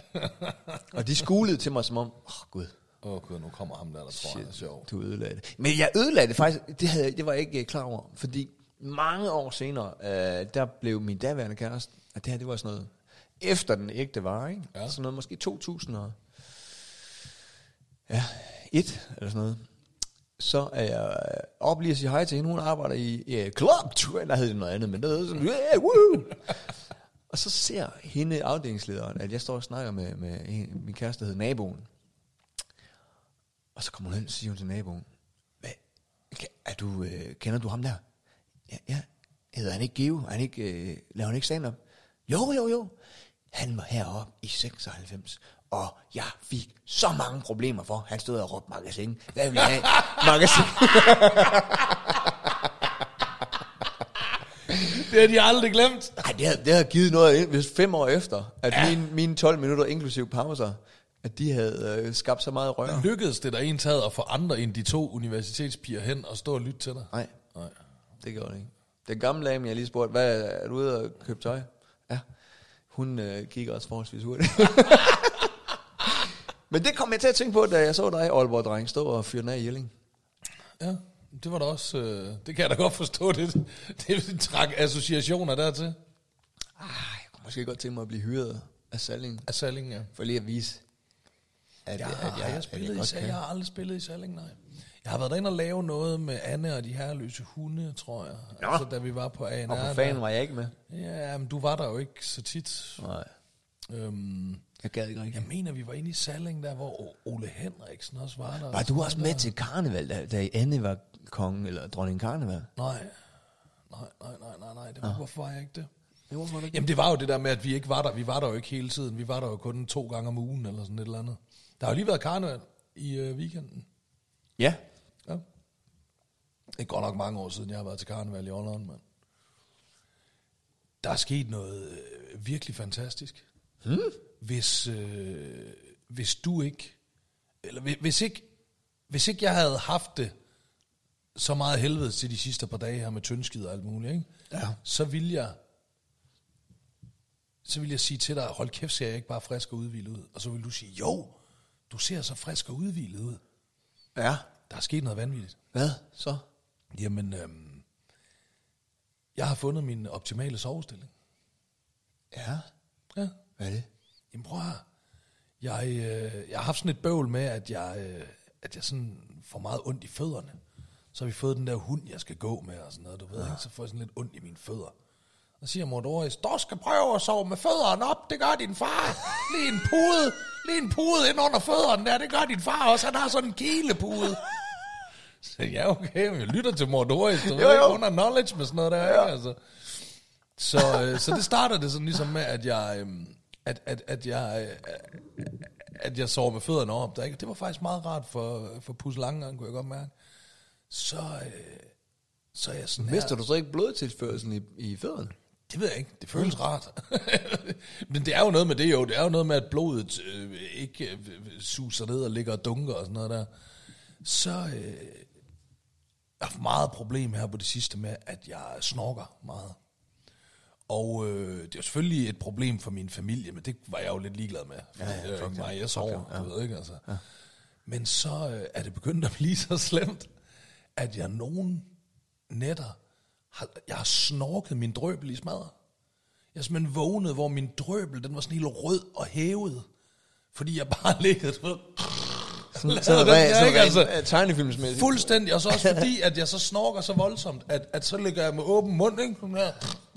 Og de skulede til mig som om, åh oh, gud. Åh oh, gud, nu kommer ham der, der tror, han er sjov. Du ødelagde det. Men jeg ødelagde det faktisk, det, havde, det var jeg ikke klar over. Fordi mange år senere, øh, der blev min daværende kæreste, at det her, det var sådan noget, efter den ægte var, ikke? Ja. Sådan noget, måske to tusind og ja, et eller sådan noget. Så er jeg op lige at sige hej til hende. Hun arbejder i, i Club, der hed det noget andet, men det hedder sådan, yeah, woo! Og så ser hende, afdelingslederen, at jeg står og snakker med, med en, min kæreste, der hedder naboen. Og så kommer hun hen og siger hun til naboen, hvad, er du, øh, kender du ham der? Ja, ja. Hedder han ikke Geo? Er han ikke, øh, laver han ikke stand-up? Jo, jo, jo. Han var heroppe i seksoghalvfems og jeg fik så mange problemer for. Han stod og råbte magasin. Hvad vil jeg have? Magasin. Det har de aldrig glemt. Nej, det har, det har givet noget, hvis fem år efter, at ja. mine, mine tolv minutter, inklusive pauser, at de havde øh, skabt så meget rør. Lykkedes det der en taget at få andre end de to universitetspiger hen og stå og lytte til dig? Nej, Nej. det gjorde det ikke. Den gamle dame, jeg lige spurgte, hvad er du ude og købe tøj? Ja, hun øh, gik også forholdsvis hurtigt. Men det kom jeg til at tænke på, da jeg så dig, Aalborg-dreng, stå og fyre den af i Jelling. Ja, det var da også, øh, det kan jeg da godt forstå, det, det trak associationer dertil. Ah, jeg kunne måske godt tænke mig at blive hyret af Salling. Af Salling, ja. For lige at vise, at, ja, at jeg, jeg, jeg, spillet jeg, i, jeg har aldrig spillet i Salling, nej. Jeg har været derinde og lave noget med Anne og de herreløse hunde, tror jeg. Nå. Altså, da vi var på A N R. Og for fanden var jeg ikke med. Ja, men du var der jo ikke så tit. Nej. Øhm, jeg gad ikke rigtig. Jeg mener, vi var inde i Salling, der hvor Ole Henriksen også var der. Var du også med der til karneval, da, da Anne var kongen, eller dronning karneval? Nej. Nej, nej, nej, nej, nej. Det var, hvorfor var jeg ikke det? det var, det Jamen, det var jo det der med, at vi ikke var der. Vi var der jo ikke hele tiden. Vi var der jo kun to gange om ugen, eller sådan et eller andet. Der har jo lige været karneval i øh, weekenden. Ja. Ja. Det er godt nok mange år siden, jeg har været til karneval i Holland, mand. Der er sket noget øh, virkelig fantastisk. Hmm? Hvis, øh, hvis du ikke, eller hvis ikke, hvis ikke jeg havde haft det så meget helvede til de sidste par dage her med tyndskid og alt muligt, ikke? Ja. Så vil jeg, så vil jeg sige til dig, hold kæft, ser jeg ikke bare frisk og udhvilet ud? Og så vil du sige, jo, du ser så frisk og udhvilet ud. Ja. Der er sket noget vanvittigt. Hvad så? Jamen, øhm, jeg har fundet min optimale sovestilling. Ja. Ja. Hvad er det? Jamen prøv her. Jeg, øh, jeg har haft sådan et bøvl med, at jeg, øh, at jeg sådan får meget ondt i fødderne. Så har vi fået den der hund, jeg skal gå med og sådan noget, du ved, ja. Ikke? Så får jeg sådan lidt ondt i mine fødder. Og siger mor Doris, du skal prøve at sove med fødderne op, det gør din far. Lige en pude, lige en pude ind under fødderne der, det gør din far også, han har sådan en kilepude. Så ja, okay, men jeg lytter til mor Doris, du jo, ved ikke, under knowledge med sådan noget der, ja. Ikke? Altså. Så, øh, så det starter det sådan ligesom med, at jeg, øh, at, at, at jeg, øh, at jeg sover med fødderne op. Der, ikke? Det var faktisk meget rart for, for Pus Langegang, kunne jeg godt mærke. Så, øh, så er jeg sådan her. Mister du så ikke blodtilførelsen i, i fødderne? Det ved jeg ikke. Det føles rart. Men det er jo noget med det jo. Det er jo noget med, at blodet øh, ikke øh, suser ned og ligger og dunker og sådan noget der. Så øh, jeg har haft meget problem her på det sidste med, at jeg snorker meget. Og øh, det er selvfølgelig et problem for min familie, men det var jeg jo lidt ligeglad med. Fordi ja, ja, det er jo ikke mig, jeg sover, ja. Du ved ikke, altså. Ja. Men så øh, er det begyndt at blive så slemt, at jeg nogen nætter, har, jeg har snorket min drøbel i smadret. Jeg er simpelthen vågnet, hvor min drøbel, den var sådan helt rød og hævet, fordi jeg bare liggede, du ved, sådan, sådan rent altså, tegnefilmsmæssigt. Fuldstændig, og så også fordi, at jeg så snorker så voldsomt, at, at så ligger jeg med åben mund, ikke? Sådan her.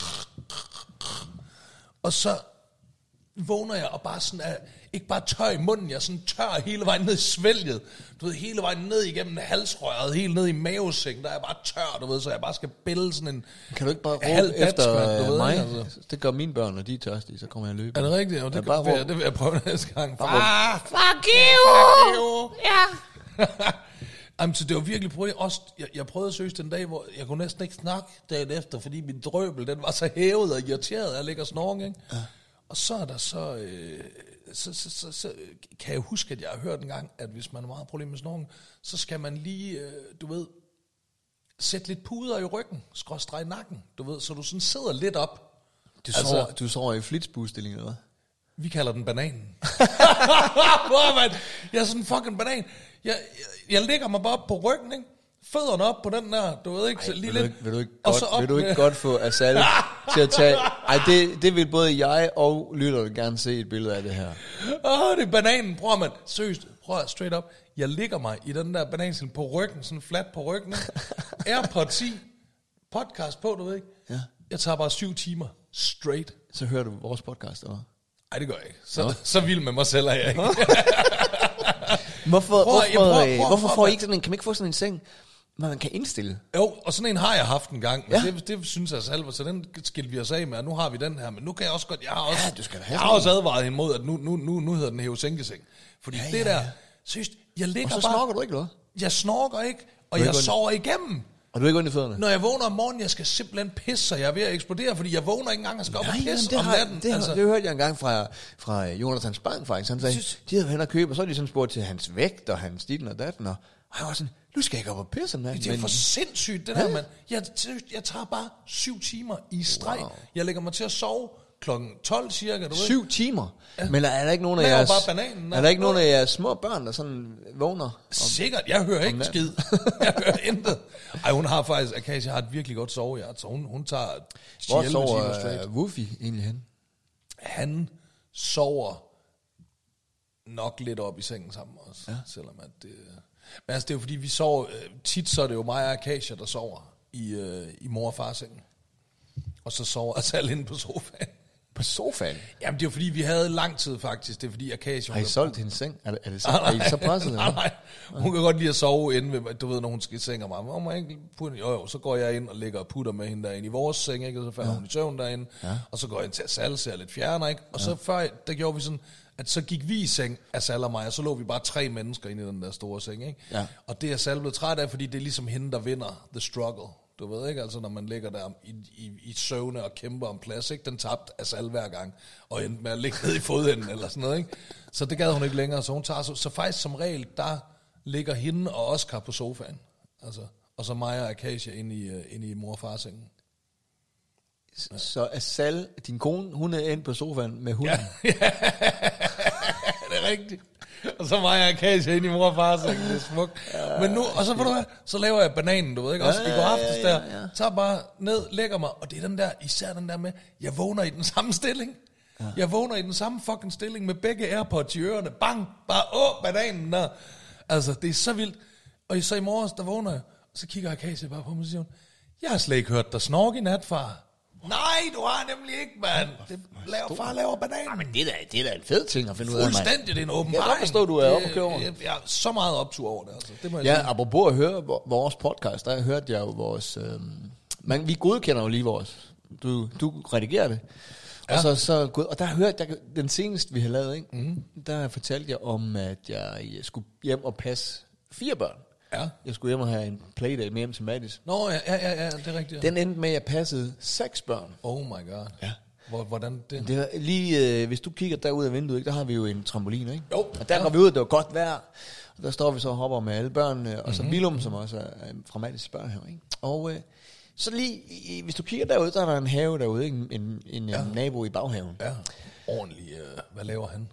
Og så vågner jeg og bare sådan er, ikke bare tør i munden, jeg er sådan tør hele vejen ned i svælget. Du ved, hele vejen ned igennem halsrøret, helt ned i mavesækken, der er jeg bare tør, du ved, så jeg bare skal bælge sådan en... Kan du ikke bare råbe efter ved, mig? Altså. Det gør mine børn, når de er tørstige, så kommer jeg løbe. Er det rigtigt? Ja, det, det, bare det, det vil jeg prøve næste gang. Far, fuck you! Ja. Jamen, så det var virkelig prøvet. Også, jeg, jeg prøvede at søge den dag, hvor jeg kunne næsten ikke snakke dagen efter, fordi min drøbel, den var så hævet og irriteret, at jeg ligger snorken, ikke? Ja. Og så er der så, øh, så, så, så, så, kan jeg huske, at jeg har hørt en gang, at hvis man har meget problem med snorken, så skal man lige, øh, du ved, sætte lidt puder i ryggen, skråstreg i nakken, du ved, så du sådan sidder lidt op. Du sover, altså, du sover i flitsbuestilling, eller hvad? Vi kalder den bananen. Hvor man, jeg er sådan en fucking banan. Jeg, jeg, jeg ligger mig bare op på ryggen, ikke? Fødderne op på den der, du ved ikke, ej, så lige vil lidt. Du ikke, vil du ikke, godt, vil du ikke godt få Asal til at tage... Ej, det, det vil både jeg og lytterne gerne se et billede af det her. Åh, oh, det er bananen, prøv man. Seriøst, prøv at straight up. Jeg ligger mig i den der banansel på ryggen, sådan flat på ryggen. AirPods ti, podcast på, du ved ikke. Ja. Jeg tager bare syv timer straight. Så hører du vores podcast, eller? Nej, det gør jeg ikke. Så, så vild med mig selv er jeg ikke. Hvorfor, prøv, hvorfor, prøv, prøv, hvorfor får I ikke sådan en, kan man ikke få sådan en seng, man kan indstille. Jo, og sådan en har jeg haft en gang, men Ja. det, det synes jeg selv, så den skilte vi os af med, og nu har vi den her, men nu kan jeg også godt, jeg har også, Ja, du skal da have jeg sådan har også advaret hende mod, at nu, nu, nu, nu hedder den hæve-sænkeseng. Fordi Ja, det ja, der, ja. seriøst, jeg ligger Og så bare, snorker du ikke noget. jeg snorker ikke, og Du er jeg ikke ondt. sover igennem. Og du er ikke ondt i fødderne? Når jeg vågner om morgenen, jeg skal simpelthen pisse, så jeg er ved at eksplodere, fordi jeg vågner ikke engang og skal op og Nej, pisse det, om har, natten. det, har, altså, det hørte jeg engang fra, fra Jonathans Bang, faktisk. Han sagde, Synes- de havde været hen og købe, og så havde de sådan spurgt til hans vægt, og hans ditten og datten, og han var sådan, nu skal jeg ikke op og pisse om natten. det er Men- for sindssygt, det der, mand. Jeg, seriøst, jeg tager bare syv timer i streg. Wow. Jeg lægger mig til at sove klokken tolv cirka, du ved. Syv timer? Ja. Men er der ikke nogen af Laver jeres, bare bananen, er der ikke nogen af jeres små børn, der sådan vågner? Sikkert, jeg hører ikke natten. skid. Jeg hører intet. Ej, hun har faktisk, Akasia har et virkelig godt sovehjert, så hun, hun tager Hvor ti elleve timer sover straight. uh, Woofy egentlig hen? Han sover nok lidt op i sengen sammen også, ja. Selvom at det... Men altså, det er jo fordi, vi sover... øh, Tit så er det jo mig og Akasia, der sover i, øh, i mor og fars sengen. Og så sover Asal inde på sofaen. På sofaen? Jamen, det er jo fordi, vi havde lang tid faktisk. Det er fordi, Akasia... Har I hun- solgt hendes seng? Er, det, er, det så, Nej, er I så presset? nej, eller? nej. Hun kan godt lide at sove inde ved, du ved, når hun skal i seng og mig. Hun må ikke putte, jo, jo, så går jeg ind og ligger og putter med hende derinde i vores seng, ikke? Og så falder ja. hun i søvn derinde. Ja. Og så går jeg ind til Asal, ser lidt fjerner, ikke? Og ja. så før, der gjorde vi sådan, at så gik vi i seng, Asal og mig, og så lå vi bare tre mennesker inde i den der store seng, ikke? Ja. Og det er Asal blevet træt af, fordi det er ligesom hende, der vinder the struggle. Du ved ikke, altså når man ligger der i, i, i søvne og kæmper om plads, ikke? Den tabte Asal hver gang, og endte med at ligge ned i fodenden eller sådan noget, ikke? Så det gad hun ikke længere, så hun tager, så, så faktisk som regel, der ligger hende og Oscar på sofaen, altså, og så mig og Akasia inde i, uh, inde i mor og fars sengen. Ja. Så Asal, din kone, hun er inde på sofaen med hunden? Ja, det er rigtigt. Og så mig og Akasia inde i mor og fars seng, det er smukt. Men nu, og så, ved du hvad, så laver jeg bananen, du ved ikke, også i går aftes der, ja, ja. tager bare ned, lægger mig, og det er den der, især den der med, jeg vågner i den samme stilling. Ja. Jeg vågner i den samme fucking stilling med begge AirPods i ørerne. Bang, bare åh, bananen der. Altså, det er så vildt. Og så i morges, der vågner jeg, og så kigger Akasia bare på mig og siger, jeg har slet ikke hørt dig snorke i nat, far. Nej, du har nemlig ikke, mand. Det laver, far laver bananen. Ja, men det er, da, det er da en fed ting at finde ud af, mand. Fuldstændig, det er en åbenbaring. Jeg kan godt forstå, du er oppe at køre over. Jeg, jeg, jeg er så meget optur over det, altså. Det må jeg Ja, sige. apropos at høre vo- vores podcast, der hørte jeg jo vores... Øh, man, vi godkender jo lige vores... Du, du redigerer det. Ja. Og, så, så, god- og der hørte jeg den seneste, vi har lavet, ikke? Mm. Der fortalte jeg om, at jeg, jeg skulle hjem og passe fire børn. Ja. Jeg skulle hjem og have en playdate med hjem til Mattis. Nå, ja, ja, ja, ja, det er rigtigt. Ja. Den endte med, at jeg passede seks børn. Oh my god. Ja. Hvor, hvordan det? Det var lige, øh, hvis du kigger derud af vinduet, ikke, der har vi jo en trampolin, ikke? Jo. Og der Ja. går vi ud, det var godt vejr. Og der står vi så og hopper med alle børnene, og så mm-hmm. Bilum, som også er fra Mattis børnehave, ikke? Og øh, så lige, i- hvis du kigger derud, der er der en have derude, ikke? En, en, en ja. nabo i baghaven. Ja. Ordentlig, øh, hvad laver han?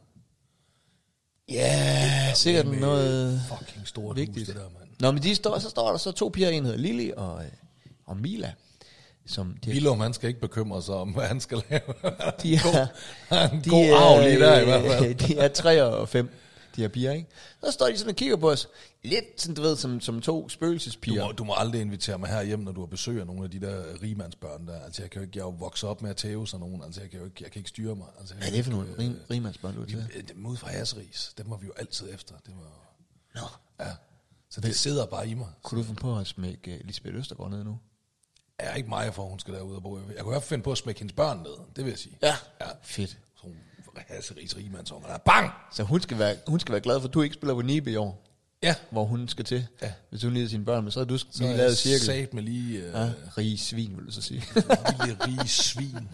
Ja, sikkert med noget fucking stort vigtigt. hus, det der, mand. Nå, men de står, så står der så to piger, en hedder Lili og, øh, og Mila. Som de, Willum, han skal ikke bekymre sig om, hvad han skal lave. de er, en de god arv lige der i hvert fald. De er tre og fem, de her piger, ikke? Så står de sådan og kigger på os. Lidt sådan, du ved, som, som to Du spøgelsespiger. må, du må aldrig invitere mig her hjem, når du har besøg af nogle af de der rigemandsbørn der. Altså, jeg kan jo ikke, jeg er jo vokset op med at tæve sådan nogen. Altså, jeg kan jo ikke, jeg kan ikke styre mig. Altså, Hvad er det for nogle rig, rigmandsbørn, du er til? Øh, Dem ud fra Hasseris, dem var vi jo altid efter. Det var, Nå. ja. Så det sidder bare i mig. Kunne du finde på at smække uh, Lisbeth Østergaard ned nu? Er jeg ikke mig for, at hun skal derud og bo. Jeg kunne i hvert fald finde på at smække hendes børn ned. Det vil jeg sige. Ja. Ja. Fedt. Så hun Hasseris rigmandsunger der. Bang! Så hun skal, være, hun skal være glad for, at du ikke spiller på Nibe i år, Ja. hvor hun skal til. Ja. Hvis hun lider sine børn, men så har du Så lige er lavet jeg cirkel. sat med lige øh, Ja, rige svin, vil du så sige. lille rige svin.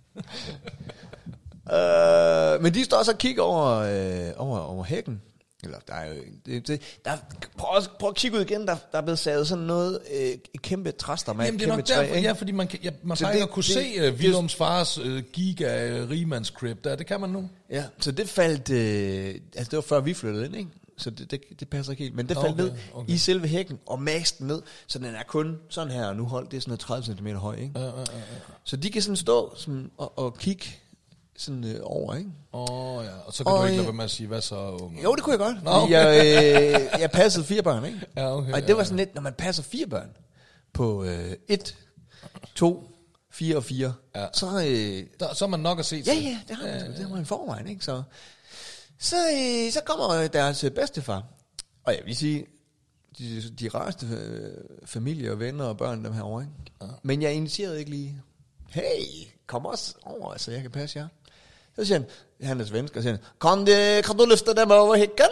øh, men de står også og kigger over, øh, over, over hækken. Eller, der er jo... Det, det, der, prøv, at, prøv at kigge ud igen, der, der er blevet savet sådan noget øh, et kæmpe træster med Jamen et det er kæmpe nok træ, derfor, ikke? ja, fordi man, kan, ja, man Så plejer det- at kunne det- se uh, det- Willums fars uh, giga uh, rigemandscrib der. Det kan man nu. Ja, så det faldt... Øh, altså, det var før vi flyttede ind, ikke? Så det, det, det passer ikke helt. Men det faldt Okay, ned okay. i selve hækken og masten ned. Så den er kun sådan her, og nu holdt det er sådan noget tredive centimeter høj, ikke? Ja, ja, ja. Så de kan sådan stå sådan, og, og kigge sådan øh, over, ikke? Åh oh, ja, og så kan Og, du ikke lade øh, være med at sige, hvad så unge? Jo, det kunne jeg godt. Nå, Fordi okay. jeg, øh, jeg passede fire børn, ikke? Ja, okay, og ja, det var ja. sådan lidt, når man passer fire børn på øh, et, to, fire og fire, Ja. så... Øh, Der, så er man nok at se ja, til. ja, det har man, ja, det har man i forvejen, ikke? Så, så, øh, så kommer deres bedstefar, og jeg vil sige, de, de rareste øh, familie og venner og børn, dem herovre, ikke? Ja. Men jeg initierede ikke lige, hey, kom også over, så jeg kan passe jer. Så siger han, han er svensk, og siger han, kan, det, kan du løfte dem over hækken?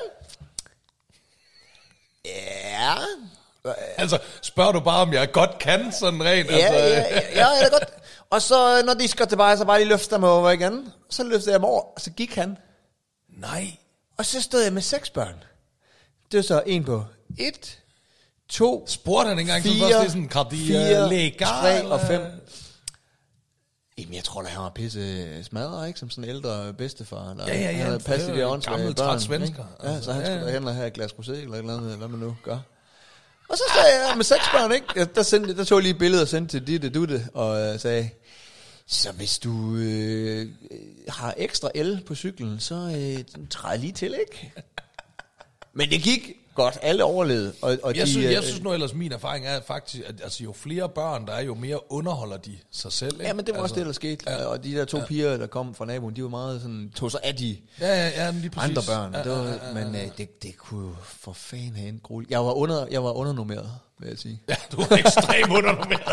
Ja. Altså, spørger du bare, om jeg godt kan sådan rent? Ja, altså. ja, ja, ja, ja, det er godt. Og så, når de skal tilbage, så bare lige løfter dem over igen. Så løftede jeg dem over, og så gik han. Nej. Og så stod jeg med seks børn. Det var så en på et, to, spurgte han engang, fire, så var det sådan, kan de fire, lægge, tre eller? og fem. Jamen, jeg tror da, han var pisse smadret, ikke? Som sådan en ældre bedstefar. Der, Ja, ja, ja. Han havde passet de åndsvage gammel, børn. træt svensker. Ja, så han ja, skulle ja. da hen og have et glas rosé, eller et eller andet, hvad man nu gør. Og så sagde jeg med seks børn, ikke? Jeg, der, sendte, der tog jeg lige et billede og sendte til Ditte Dutte, og øh, sagde, så hvis du øh, har ekstra el på cyklen, så øh, træd lige til, ikke? Men det gik godt, alle overlevede. Og, og Jeg, de, synes, jeg øh, synes nu ellers, min erfaring er faktisk, at altså, jo flere børn der er, jo mere underholder de sig selv. Ikke? Ja, men det var altså, også det, der skete. Ja. Og de der to ja. piger, der kom fra naboen, de var meget sådan, tog sig af de ja, ja, ja, lige præcis. andre børn. Ja, det var, ja, ja, ja. Men øh, det, det kunne for fanden have en gruel. Jeg var, under, jeg var undernummeret, vil jeg sige. Ja, du var ekstremt undernummeret.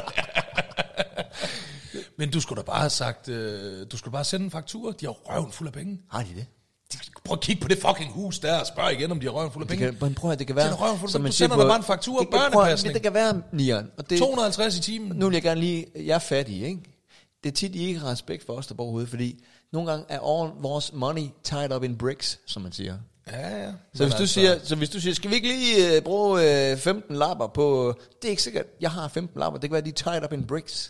Men du skulle da bare have sagt, øh, du skulle bare sende en faktura. De har røven fuld af penge. Har de det? Prøv at kigge på det fucking hus der, og spørg igen, om de har røven fuld af Det penge. kan, men prøv at det kan være... De har røven fuld af som penge. man Du siger sender på- da bare en faktura det og kan- prøv at- børnepasning. Det kan være, Nieren. Og det, to hundrede og halvtreds i timen. nu vil jeg gerne lige... Jeg er fattig, ikke? Det er tit, I ikke har respekt for os, der bor herude, fordi nogle gange er all vores money tied up in bricks, som man siger. Ja, ja. Så hvis, du siger, så hvis du siger, skal vi ikke lige uh, bruge uh, femten lapper på... Det er ikke sikkert, jeg har femten lapper. Det kan være, de er tied up in bricks.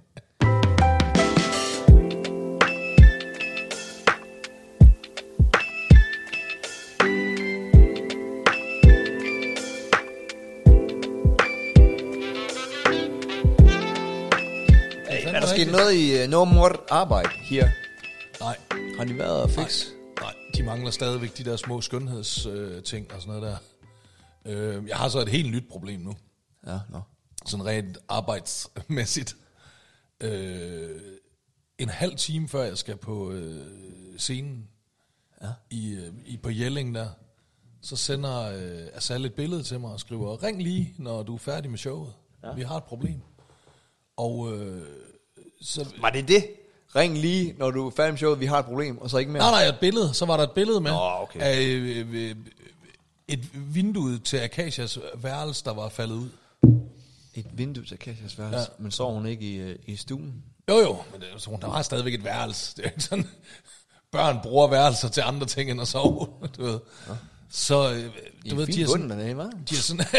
Er der sket noget i uh, No More arbejde her? Nej. Har de været og fix? Nej, de mangler stadigvæk de der små skønhedsting øh, ting og sådan noget der. Øh, jeg har så et helt nyt problem nu. Ja, nå. Sådan rent arbejdsmæssigt. Øh, en halv time før jeg skal på øh, scenen Ja. i, øh, i på Jelling der, så sender øh, Asal et billede til mig og skriver, ring lige, når du er færdig med showet. Ja. Vi har et problem. Og øh, så... Var det det? Ring lige, når du er færdig med showet, vi har et problem, og så ikke mere. Nej, nej, et billede. Så var der et billede med Nå, okay. af øh, øh, et vindue til Akasias værelse, der var faldet ud. Et vindue til Akasias værelse, ja. Men så hun ikke i, øh, i stuen? Jo, jo, men det, så, der var stadigvæk et værelse. Det er ikke sådan, børn bruger værelser til andre ting end at sove, du ved. Ja. Så, øh, du ved, de er sådan... Dernede, hva'? De er sådan...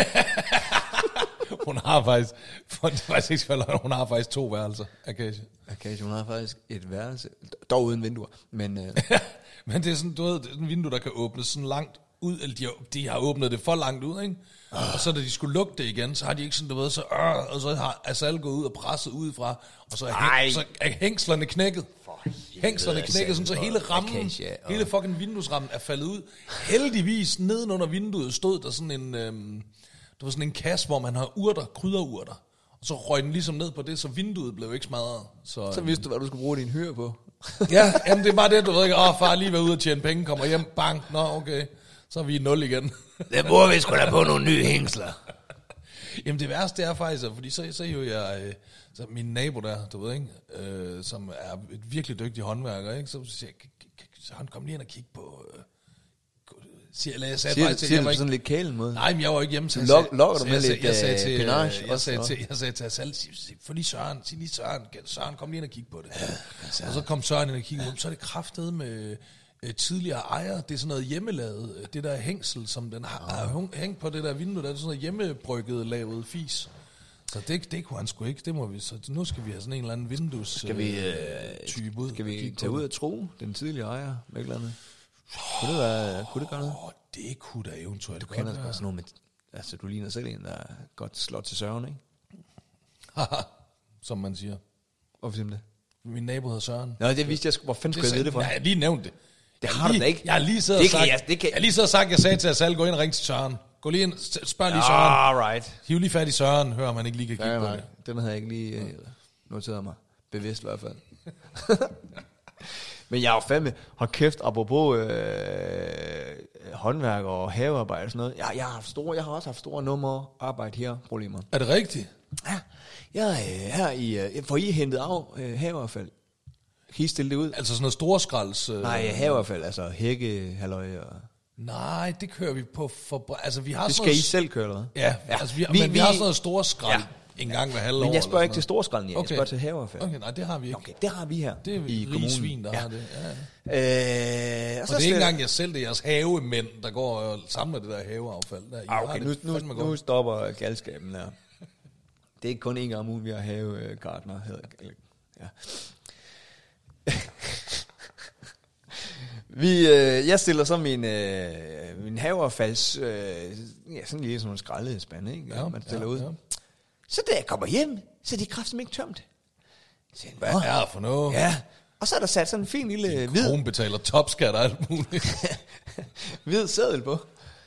hun har faktisk... For det er faktisk ikke så hun har faktisk to værelser, Akasia. Akasia, hun har faktisk et værelse, dog uden vinduer, men... Øh, Men det er sådan, du ved, det er sådan en vindue, der kan åbnes sådan langt ud, eller de har, de har åbnet det for langt ud, ikke? Uh. Og så da de skulle lukke det igen, så har de ikke sådan, du ved, så, øh, og så har Asal gået ud og presset udefra, og så er, hæng, så er hængslerne knækket. Hængslerne knækket, sådan, så hele rammen, Akasia, og... hele fucking vinduesrammen er faldet ud. Heldigvis, nedenunder vinduet stod der sådan en, øhm, der var sådan en kasse, hvor man har urter, krydderurter. Og så røg den ligesom ned på det, så vinduet blev ikke smadret. Så, så vidste du, hvad du skulle bruge din hyre på. ja, jamen det er bare det, du ved ikke, åh far lige være ude og tjene penge, kommer hjem, bang, nå okay, så er vi i nul igen. Det burde vi sgu da på nogle nye hængsler. Jamen det værste er faktisk, fordi så, så er jo jeg, øh, så min nabo der, du ved ikke, øh, som er et virkelig dygtig håndværker, ikke, så siger jeg, så han kom lige ind og kigge på, øh, siger, eller jeg sagde Siger, faktisk til, siger jeg du var sådan ikke, lidt kælen mod? nej, men jeg var ikke hjemme, så jeg Lok, sagde, lokker du så med jeg, lidt jeg sagde til, øh, penage jeg også, sagde og- til, jeg sagde til Asal, få lige Søren, sig lige Søren, Søren, kom lige ind og kigge på det. Ja, og så kom Søren ind og kiggede, så er det kraftedet med øh, tidligere ejer, det er sådan noget hjemmelavet, øh, det der hængsel, som den har, har hængt på det der vindue, der er sådan noget hjemmebrygget lavet fis. Så det, det kunne han sgu ikke, det må vi, så nu skal vi have sådan en eller anden vindues Skal vi, øh, type ud. Skal vi Kigge tage på ud det. og tro den tidligere ejer med et eller andet? Kunne det, være, kunne det gøre noget? Åh, det kunne da eventuelt Du godt kender være. også noget med... Altså, du ligner selv en, der er godt slået til Søren, ikke? Som man siger. Hvorfor siger man det? Min nabo hedder Søren. Nå, det vidste jeg sgu. Hvor fanden skulle jeg vide det for? Jeg har lige nævnt det. Det Jeg har du lige, da ikke. Jeg har lige siddet Det og kan sagt, jeg- det kan- jeg har lige siddet og sagt, jeg sagde til Asal, gå ind og ring til Søren. Gå lige ind, s- spørg lige Søren. Alright. Hiv lige fat i Søren, hør om han ikke lige kan kigge Ja, på nej, det. den havde jeg ikke lige øh, noteret mig. Bevidst i hvert fald. Men jeg er jo fandme, hold kæft, apropos øh, håndværk og havearbejde og sådan noget. Jeg, jeg, har haft store, jeg har også haft store numre arbejde her, problemer. Er det rigtigt? Ja, jeg er øh, her i, øh, får I hentet af øh, haveaffald? Kan I stille det ud? Altså sådan noget storskralds... Øh... Nej, haveaffald, altså hække, halløj og... Nej, det kører vi på for... Altså, vi har det sådan skal noget... I selv køre, eller hvad? Ja, ja. Altså, vi, vi, men vi, vi har sådan noget storskrald ja. en gang hver halvår. Men jeg spørger ikke til storskralden, jeg okay. spørger til haveaffald. Okay, nej, det har vi ikke. Okay, det har vi her det er i kommunen. svin, der ja. har det. Ja. Øh, og, og det er ikke engang jeg selv, det er jeres havemænd, der går og samler det der haveaffald. Der. Ah, okay, nu, nu, nu stopper galskaben der. Det er ikke kun en gang om ugen, vi har havegartner. Ja. Vi, øh, jeg stiller så min, øh, min haveaffalds, øh, ja, sådan lige sådan en skraldespande, ikke? Ja, man stiller ja, ud. Ja. Så da jeg kommer hjem, så er de kraftigt ikke tømt. Så jeg, hvad er for noget? Ja, og så er der sat sådan en fin lille hvid... Kron betaler topskat og alt muligt. hvid seddel på,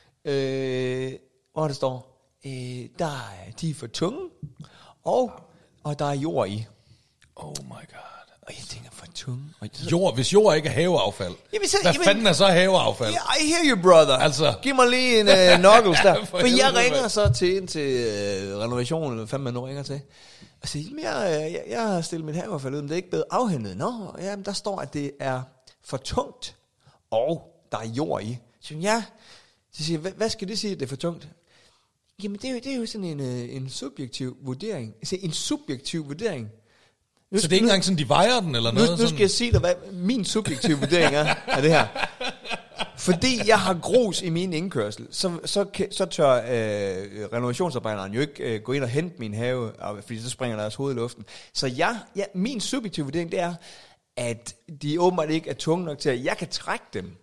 øh, hvor det står, øh, der er de er for tunge, og, og der er jord i. Oh my god. Og jeg tænker, for tunge. Jord, hvis jord ikke er haveaffald, jamen, så, hvad jamen, fanden er så haveaffald? Yeah, I hear you, brother. Altså. Giv mig lige en uh, knuckles der. for, for jeg ringer så til en til uh, renovation, eller hvad man nu ringer til. Og siger, jeg, jeg, jeg har stillet mit haveaffald ud, men det er ikke blevet afhentet. Nå, jamen, der står, at det er for tungt, og der er jord i. Så siger ja. Så siger jeg, hvad skal det sige, at det er for tungt? Jamen, det er jo, det er jo sådan en, uh, en subjektiv vurdering. Altså, en subjektiv vurdering. Nu, så det er ikke engang sådan, de vejer den, eller noget? Nu, nu skal jeg sige dig, hvad min subjektive vurdering er af det her. Fordi jeg har grus i min indkørsel, så, så, så tør øh, renovationsarbejderen jo ikke øh, gå ind og hente min have, fordi så springer deres hoved i luften. Så jeg, ja, min subjektive vurdering, det er, at de åbenbart ikke er tunge nok til, at jeg kan trække dem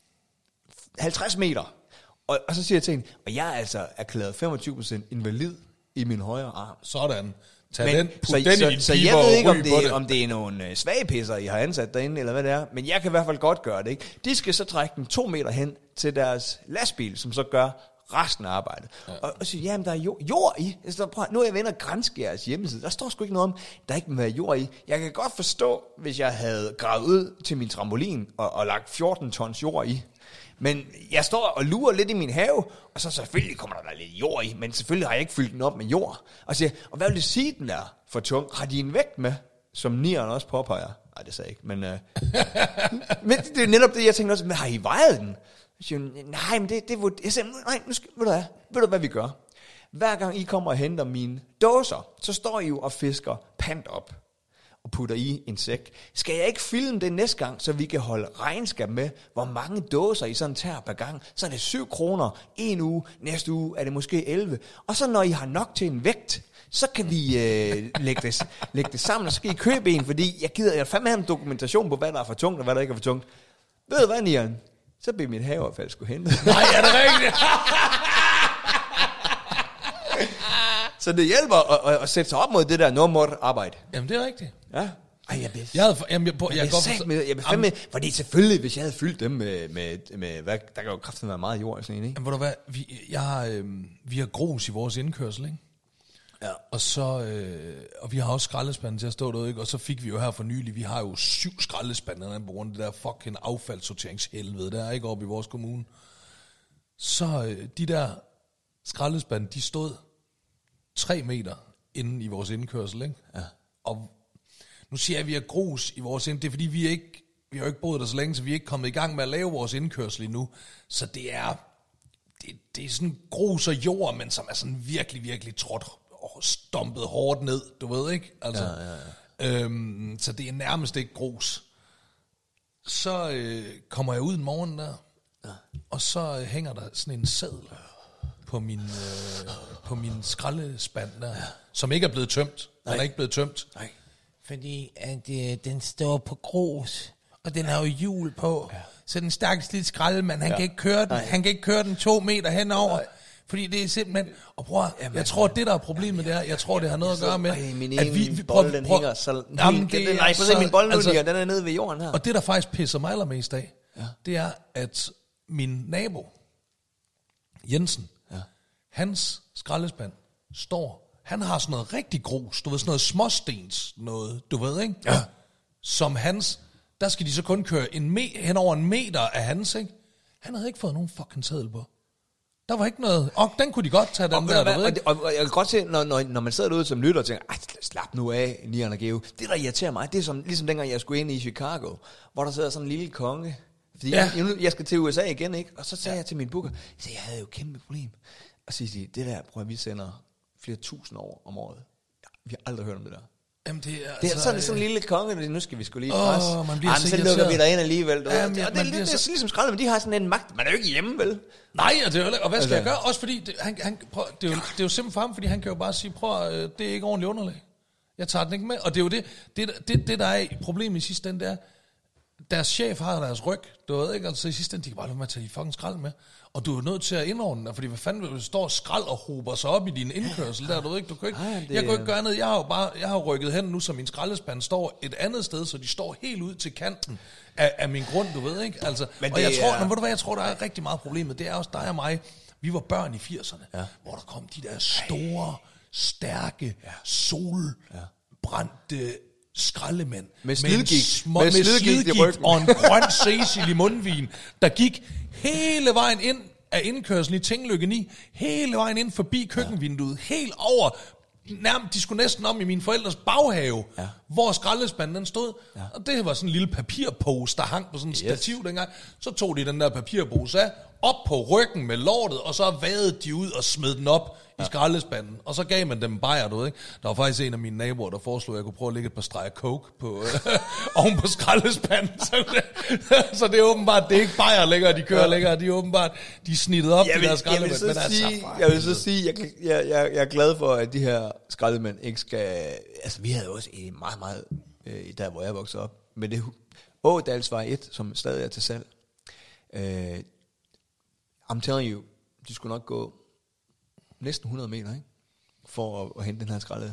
halvtreds meter. Og, og så siger jeg til hende, og jeg er altså erklæret femogtyve procent invalid i min højre arm. Sådan. Tag men, den, så, den så, i så jeg ved ikke, om det, det. om det er nogle svage pisser, I har ansat derinde, eller hvad det er. Men jeg kan i hvert fald godt gøre det, ikke? De skal så trække den to meter hen til deres lastbil, som så gør resten af arbejdet. Ja. Og, og siger, jamen der er jord, jord i. Så prøv, nu er jeg ved at granske jeres hjemmeside. Der står sgu ikke noget om, der ikke må være jord i. Jeg kan godt forstå, hvis jeg havde gravet ud til min trampolin og, og lagt fjorten tons jord i. Men jeg står og lurer lidt i min have, og så selvfølgelig kommer der lidt jord i, men selvfølgelig har jeg ikke fyldt den op med jord. Og siger, og hvad vil det sige, den er for tung? Har de en vægt med, som nieren også påpeger? Nej, det sagde jeg ikke, men, øh, men det er netop det, jeg tænkte også, men har I vejet den? Jeg siger, nej, men det, det er... Jeg siger, nej, nu skal, ved du hvad, ved du hvad vi gør? Hver gang I kommer og henter mine dåser, så står I jo og fisker pant op og putter i en sæk. Skal jeg ikke filme det næste gang, så vi kan holde regnskab med, hvor mange dåser I sådan tager per gang? Så er det syv kroner en uge, næste uge er det måske elleve. Og så når I har nok til en vægt, så kan vi øh, lægge, det, lægge det sammen, og så skal I købe en, fordi jeg gider, jeg fandme have en dokumentation på, hvad der er for tungt, og hvad der ikke er for tungt. Ved du hvad, Nian? Så bliver mit haveaffald sgu hentet. Nej, er det rigtigt? Så det hjælper at, at, at sætte sig op mod det der no-more arbejde. Jamen, det er rigtigt. Ja. Ej, jeg bliver... Jeg havde... Jamen, jeg, jeg, jeg, jeg, jeg, med, jeg bliver fandme... Fordi selvfølgelig, hvis jeg havde fyldt dem med... med, med hvad, der kan jo kraftigt være meget jord i sådan en, ikke? Jamen, ved du hvad? Vi, jeg har, øh, vi har grus i vores indkørsel, ikke? Ja. Og så... Øh, og vi har også skraldespanden til at stå derude, ikke? Og så fik vi jo her for nylig... Vi har jo syv skraldespande på grund af det der fucking affaldssorteringshelvede, der er ikke oppe i vores kommune. Så øh, de der skraldespande, de stod tre meter inde i vores indkørsel, ikke? Ja. Og nu siger jeg, at vi har grus i vores indkørsel. Det er fordi, vi, er ikke, vi har jo ikke boet der så længe, så vi er ikke kommet i gang med at lave vores indkørsel endnu. Så det er, det, det er sådan grus og jord, men som er sådan virkelig, virkelig trådt og stompet hårdt ned, du ved ikke? Altså, ja, ja, ja. Øhm, så det er nærmest ikke grus. Så øh, kommer jeg ud en morgen der, ja. Og så øh, hænger der sådan en seddel på min, øh, på min skraldespand der, ja. Som ikke er blevet tømt. Nej. Den er ikke blevet tømt. Nej. Fordi at øh, den står på grus, og den har jo hjul på, ja. Så den stakkels lille skraldemand, han, ja. kan ikke køre den, han kan ikke køre den to meter henover, nej. Fordi det er simpelthen, og bror, jamen, jeg tror, det der er problemet der, jeg tror, det har noget at gøre med, ej, min at vi, vi bold, den hænger så, jamen, det, nej, prøv at se, min bold altså, den er nede ved jorden her. Og det, der faktisk pisser mig allermest af, ja. Det er, at min nabo, Jensen, ja. Hans skraldespand står, han har sådan noget rigtig grus, du ved, sådan noget småstens noget, du ved, ikke? Ja. Som hans, der skal de så kun køre en me, hen over en meter af hans, ikke? Han havde ikke fået nogen fucking seddel på. Der var ikke noget. Og den kunne de godt tage, den og, der, og, du ved og, og, og jeg kan godt se, når, når, når man sidder derude som lytter og tænker, ej, slap nu af, Nian og Geo. Det, der irriterer mig, det er som, ligesom dengang, jeg skulle ind i Chicago, hvor der sidder sådan en lille konge. Fordi ja. jeg, jeg skal til U S A igen, ikke? Og så sagde ja. jeg til min booker, jeg, sagde, jeg havde jo et kæmpe problem. Og så siger de, det der, prøv at vi sender flere tusind år om året. Ja, vi har aldrig hørt om det der. Jamen, det er, det er altså, sådan, sådan en lille konge, nu skal vi sgu lige åh, presse. man bliver Ej, så så lukker vi dig ind alligevel. Du. Jamen, Ja, ja, det, det, det, det er så ligesom skraldet, men de har sådan en magt. Man er jo ikke hjemme, vel? Nej, og, det er, jo- og hvad skal Altså- jeg gøre? Også fordi, det, han, han, prøv, det, er jo, det er jo simpelthen for ham, fordi han kan jo bare sige, prøv, øh, det er ikke ordentligt underlag. Jeg tager den ikke med. Og det er jo det, det, det, det der er problemet i sidste ende, det er, deres chef har deres ryg, du ved ikke, altså i sidste ende, de kan bare lade med at tage de fucking skrald med. Og du er nødt til at indordne dig, fordi hvad fanden, du står skrald og hober sig op i din indkørsel der, du ved ikke, du kan ikke, Ej, det- jeg kan ikke gøre andet, jeg har jo bare, jeg har jo rykket hen nu, så min skraldespand står et andet sted, så de står helt ud til kanten af, af min grund, du ved ikke, altså, Men og det jeg tror, er- når, ved du hvad, jeg tror, der er rigtig meget problemet, det er også dig og mig, vi var børn i firserne, ja. hvor der kom de der store, stærke, ja. solbrændte skraldemænd. Med slidgigt. Små, Med med slidgigt i slidgigt ryggen. og en grøn Cecil i mundvin, der gik hele vejen ind af indkørslen i Tingløkke ni, hele vejen ind forbi køkkenvinduet, ja. helt over, nærmest, de skulle næsten om i mine forældres baghave, ja. hvor skraldespanden den stod, ja. og det var sådan en lille papirpose, der hang på sådan en Yes. stativ dengang, så tog de den der papirpose af, op på ryggen med lortet, og så vadede de ud og smed den op i skraldespanden, og så gav man dem bajer, du ved ikke. Der var faktisk en af mine naboer, der foreslog, at jeg kunne prøve at lægge et par streger coke på, øh, oven på skraldespanden. Så det, så det er åbenbart, det er ikke bajer længere, de kører længere, de er åbenbart, de er snittet op, Jeg de vil, der jeg vil skraldemænd. så Men altså, sige, fuck, jeg vil så sige, jeg, jeg, jeg, jeg er glad for, at de her skraldemænd ikke skal... Altså, vi havde jo også en meget, meget... Øh, der, hvor jeg voksede op. Men det Ådalsvej et, som stadig er til salg. Øh, I'm telling you, de skulle nok gå næsten hundrede meter, ikke? For at, at hente den her skralde.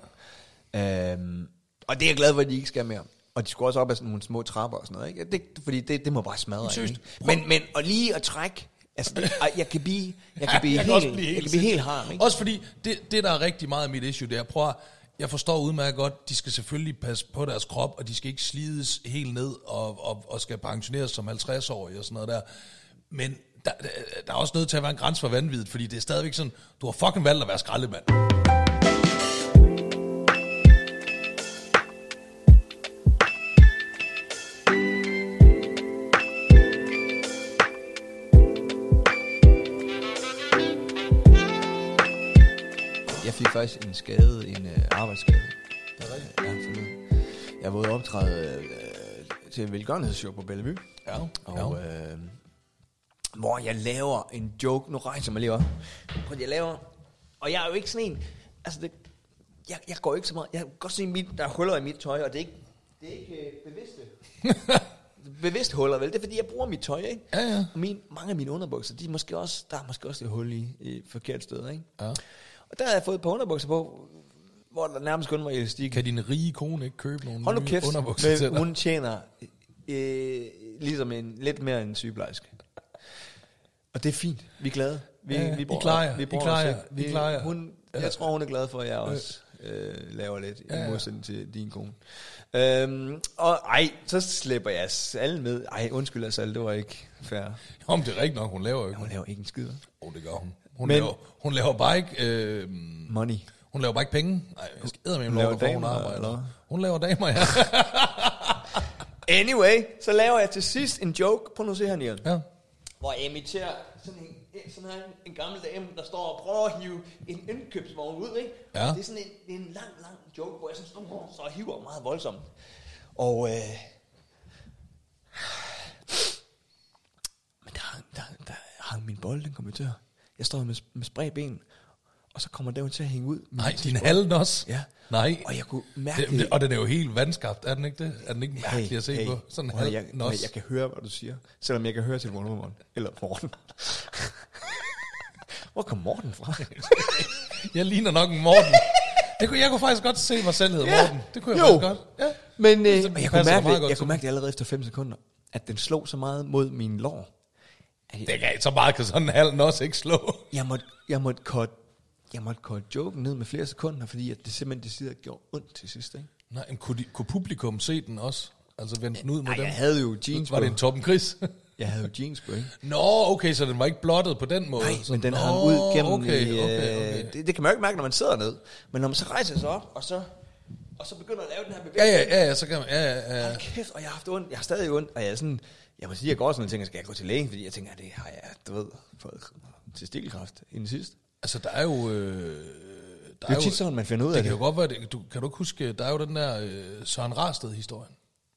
Ja. Øhm, og det er jeg glad for, at de ikke skal mere. Og de skulle også op af sådan nogle små trapper og sådan noget, ikke? Det, fordi det, det må bare smadre. Seriøst, Ikke? Men, men og lige at trække, altså det, jeg kan blive, jeg kan blive jeg kan helt, også blive helt jeg kan blive helt harm, ikke? Også fordi, det, det der er rigtig meget af mit issue, det er, prøv at, jeg forstår udmærket godt, de skal selvfølgelig passe på deres krop, og de skal ikke slides helt ned, og, og, og skal pensioneres som halvtreds-årige og sådan noget der. Men der, der, der er også nødt til at være en grænse for vanvittigt, fordi det er stadigvæk sådan, du har fucking valgt at være skraldemand. Jeg fik faktisk en skade, en øh, arbejdsskade. Det er rigtigt. Ja, forleden. Jeg var ude og optræde øh, til et velgørenhedsshow på Bellevue. Ja, Og, øh, hvor jeg laver en joke. Nu rejser jeg mig lige op. Hvor jeg laver... Og jeg er jo ikke sådan en... Altså, det, jeg, jeg går ikke så meget... Jeg kan godt se, mit, der er huller i mit tøj, og det er ikke, det er ikke øh, bevidste. bevidste huller, vel? Det er, fordi jeg bruger mit tøj, ikke? Ja, ja. Og min, mange af mine underbukser, de er måske også, der er måske også et hul i, i forkert sted, ikke? Ja. Og der har jeg fået et par underbukser på, hvor der nærmest kun var elastik. Kan din rige kone ikke købe nogle Hold nu nye kæft, underbukser til men dig? hun tjener øh, ligesom en, lidt mere end en sygeplejerske. Og det er fint. Vi er glade. Vi, Ja, vi I bruger, klarer jer. vi I bruger klarer os jer. ikke. I Vi- klarer jer. Hun, Ja. jeg tror, hun er glad for, at jeg også øh, laver lidt, Ja, ja. i modsætning til din kone. Øhm, og ej, så slipper jeg alle med. Ej, undskyld altså, det var ikke fair. Jo, men det er rigtigt nok, hun laver jo ikke. Hun laver ikke en skid. Åh, oh, det gør hun. Hun, Men- laver, hun laver bare ikke... Øh, Money. hun laver bare ikke penge. Nej, jeg skal eddermame Hun lov, laver hvorfor hun damer, arbejder. eller? Hun laver damer, ja. Anyway, så laver jeg til sidst en joke. Prøv nu at se her, Niel. ja. Hvor jeg imiterer sådan en, sådan her, en gammel dame, der står og prøver at hive en indkøbsvogn ud, ikke? Ja. Det er sådan en, det er en lang, lang joke, hvor jeg sådan står så og hiver meget voldsomt. Og, øh, men der, hang- der, der hang min bold, den kom jo til. Jeg står med, med spredt ben, og så kommer den jo til at hænge ud. Nej, din halden også. Ja. Nej. Og jeg kunne mærke Det, det, og den er jo helt vandskabt, er den ikke det? Er den ikke mærkelig at se hey, på? Sådan en prøv at- halv jeg, nos. jeg, jeg kan høre, hvad du siger, selvom jeg kan høre telefonnummeren. Eller Morten. Hvor kom Morten fra? Jeg ligner nok en Morten. Jeg kunne, jeg kunne faktisk godt se mig selv hedder Ja. Morten. Det kunne jeg Jo. faktisk godt. Ja. Men øh, Så og jeg, kunne passer mærke, meget det, godt jeg til kunne mærke det allerede efter fem sekunder, at den slog så meget mod min lår. At Det jeg, kan, så meget kan sådan en halv nos ikke slå. jeg måtte, jeg måtte cut, jeg måtte cut joken ned med flere sekunder, fordi at det simpelthen det sidder gjorde ondt til sidst. Ikke? Nej, men kunne, de, kunne publikum se den også? Altså vende den ud mod Nej, dem? jeg havde jo jeans Var det på. en Torben Chris? Jeg havde jo jeans på, ikke? Nå, okay, så den var ikke blottet på den måde. Nej, så, men den nå, hang ud gennem okay, i, øh, okay, okay. Det, det kan man jo ikke mærke, når man sidder ned. Men når man så rejser sig op, og så, og så begynder at lave den her Ja, bevægelse. ja, ja, ja, så kan man, ja, ja, ja. Hold kæft, og jeg har haft ondt. Jeg har stadig ondt, og jeg er sådan... Jeg må sige, jeg går sådan og tænker, skal jeg gå til lægen? Fordi jeg tænker, det har jeg, du ved, fået testikkelkræft inden sidst. Altså, der er jo... Øh, der Det er jo tit sådan, man finder ud af det. det. Kan jo godt være, det, du, kan du ikke huske, der er jo den der øh, Søren Rasted-historien.